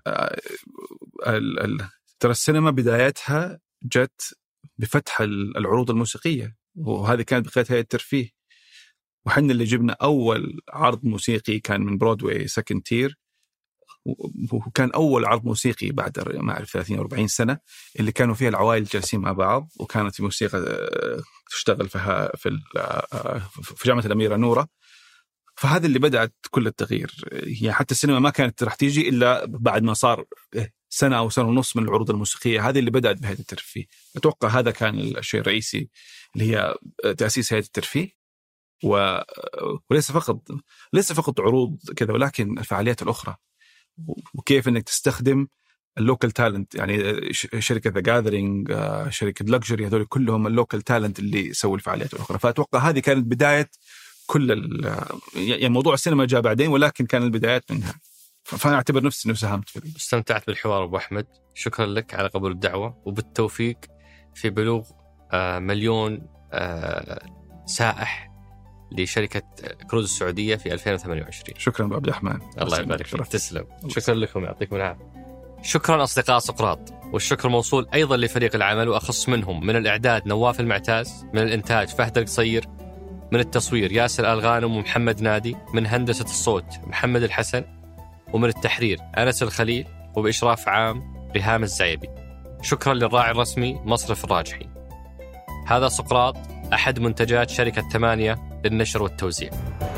C: ترى السينما بدايتها جت بفتح العروض الموسيقية، وهذه كانت بقية هيئة الترفيه، وحنا اللي جبنا أول عرض موسيقي كان من برودواي سكند تير، وكان أول عرض موسيقي بعد ما أعرف 30 أو 40 سنة اللي كانوا فيها العوائل جالسين مع بعض، وكانت الموسيقى تشتغل في جامعة الأميرة نورة. فهذا اللي بدأت كل التغيير. يعني حتى السينما ما كانت راح تيجي إلا بعد ما صار سنة أو سنة ونص من العروض الموسيقية، هذه اللي بدأت بهيئة الترفيه. أتوقع هذا كان الشيء الرئيسي اللي هي تأسيس هيئة الترفيه، وليس فقط عروض كذا، ولكن الفعاليات الأخرى، وكيف انك تستخدم اللوكال تالنت. يعني شركه ذا جاذرينج، شركه لكجري، هذول كلهم اللوكال تالنت اللي يسوي الفعاليات الاخرى. فاتوقع هذه كانت بدايه كل يعني موضوع السينما جاء بعدين، ولكن كان البدايات منها. فانا اعتبر نفسي انه ساهمت فيه.
B: استمتعت بالحوار ابو احمد، شكرا لك على قبول الدعوه، وبالتوفيق في بلوغ 1,000,000 سائح لشركة كروز السعودية في 2028.
C: شكرا أبو عبد الرحمن،
B: الله يبارك فيك، تسلم. شكرا لكم، يعطيكم العافية. شكرا أصدقاء سقراط، والشكر موصول أيضا لفريق العمل، وأخص منهم من الإعداد نواف المعتاز، من الإنتاج فهد القصير، من التصوير ياسر الغانم ومحمد نادي، من هندسة الصوت محمد الحسن، ومن التحرير أنس الخليل، وبإشراف عام ريهام الزعيبي. شكرا للراعي الرسمي مصرف الراجحي. هذا سقراط، أحد منتجات شركة 8 للنشر والتوزيع.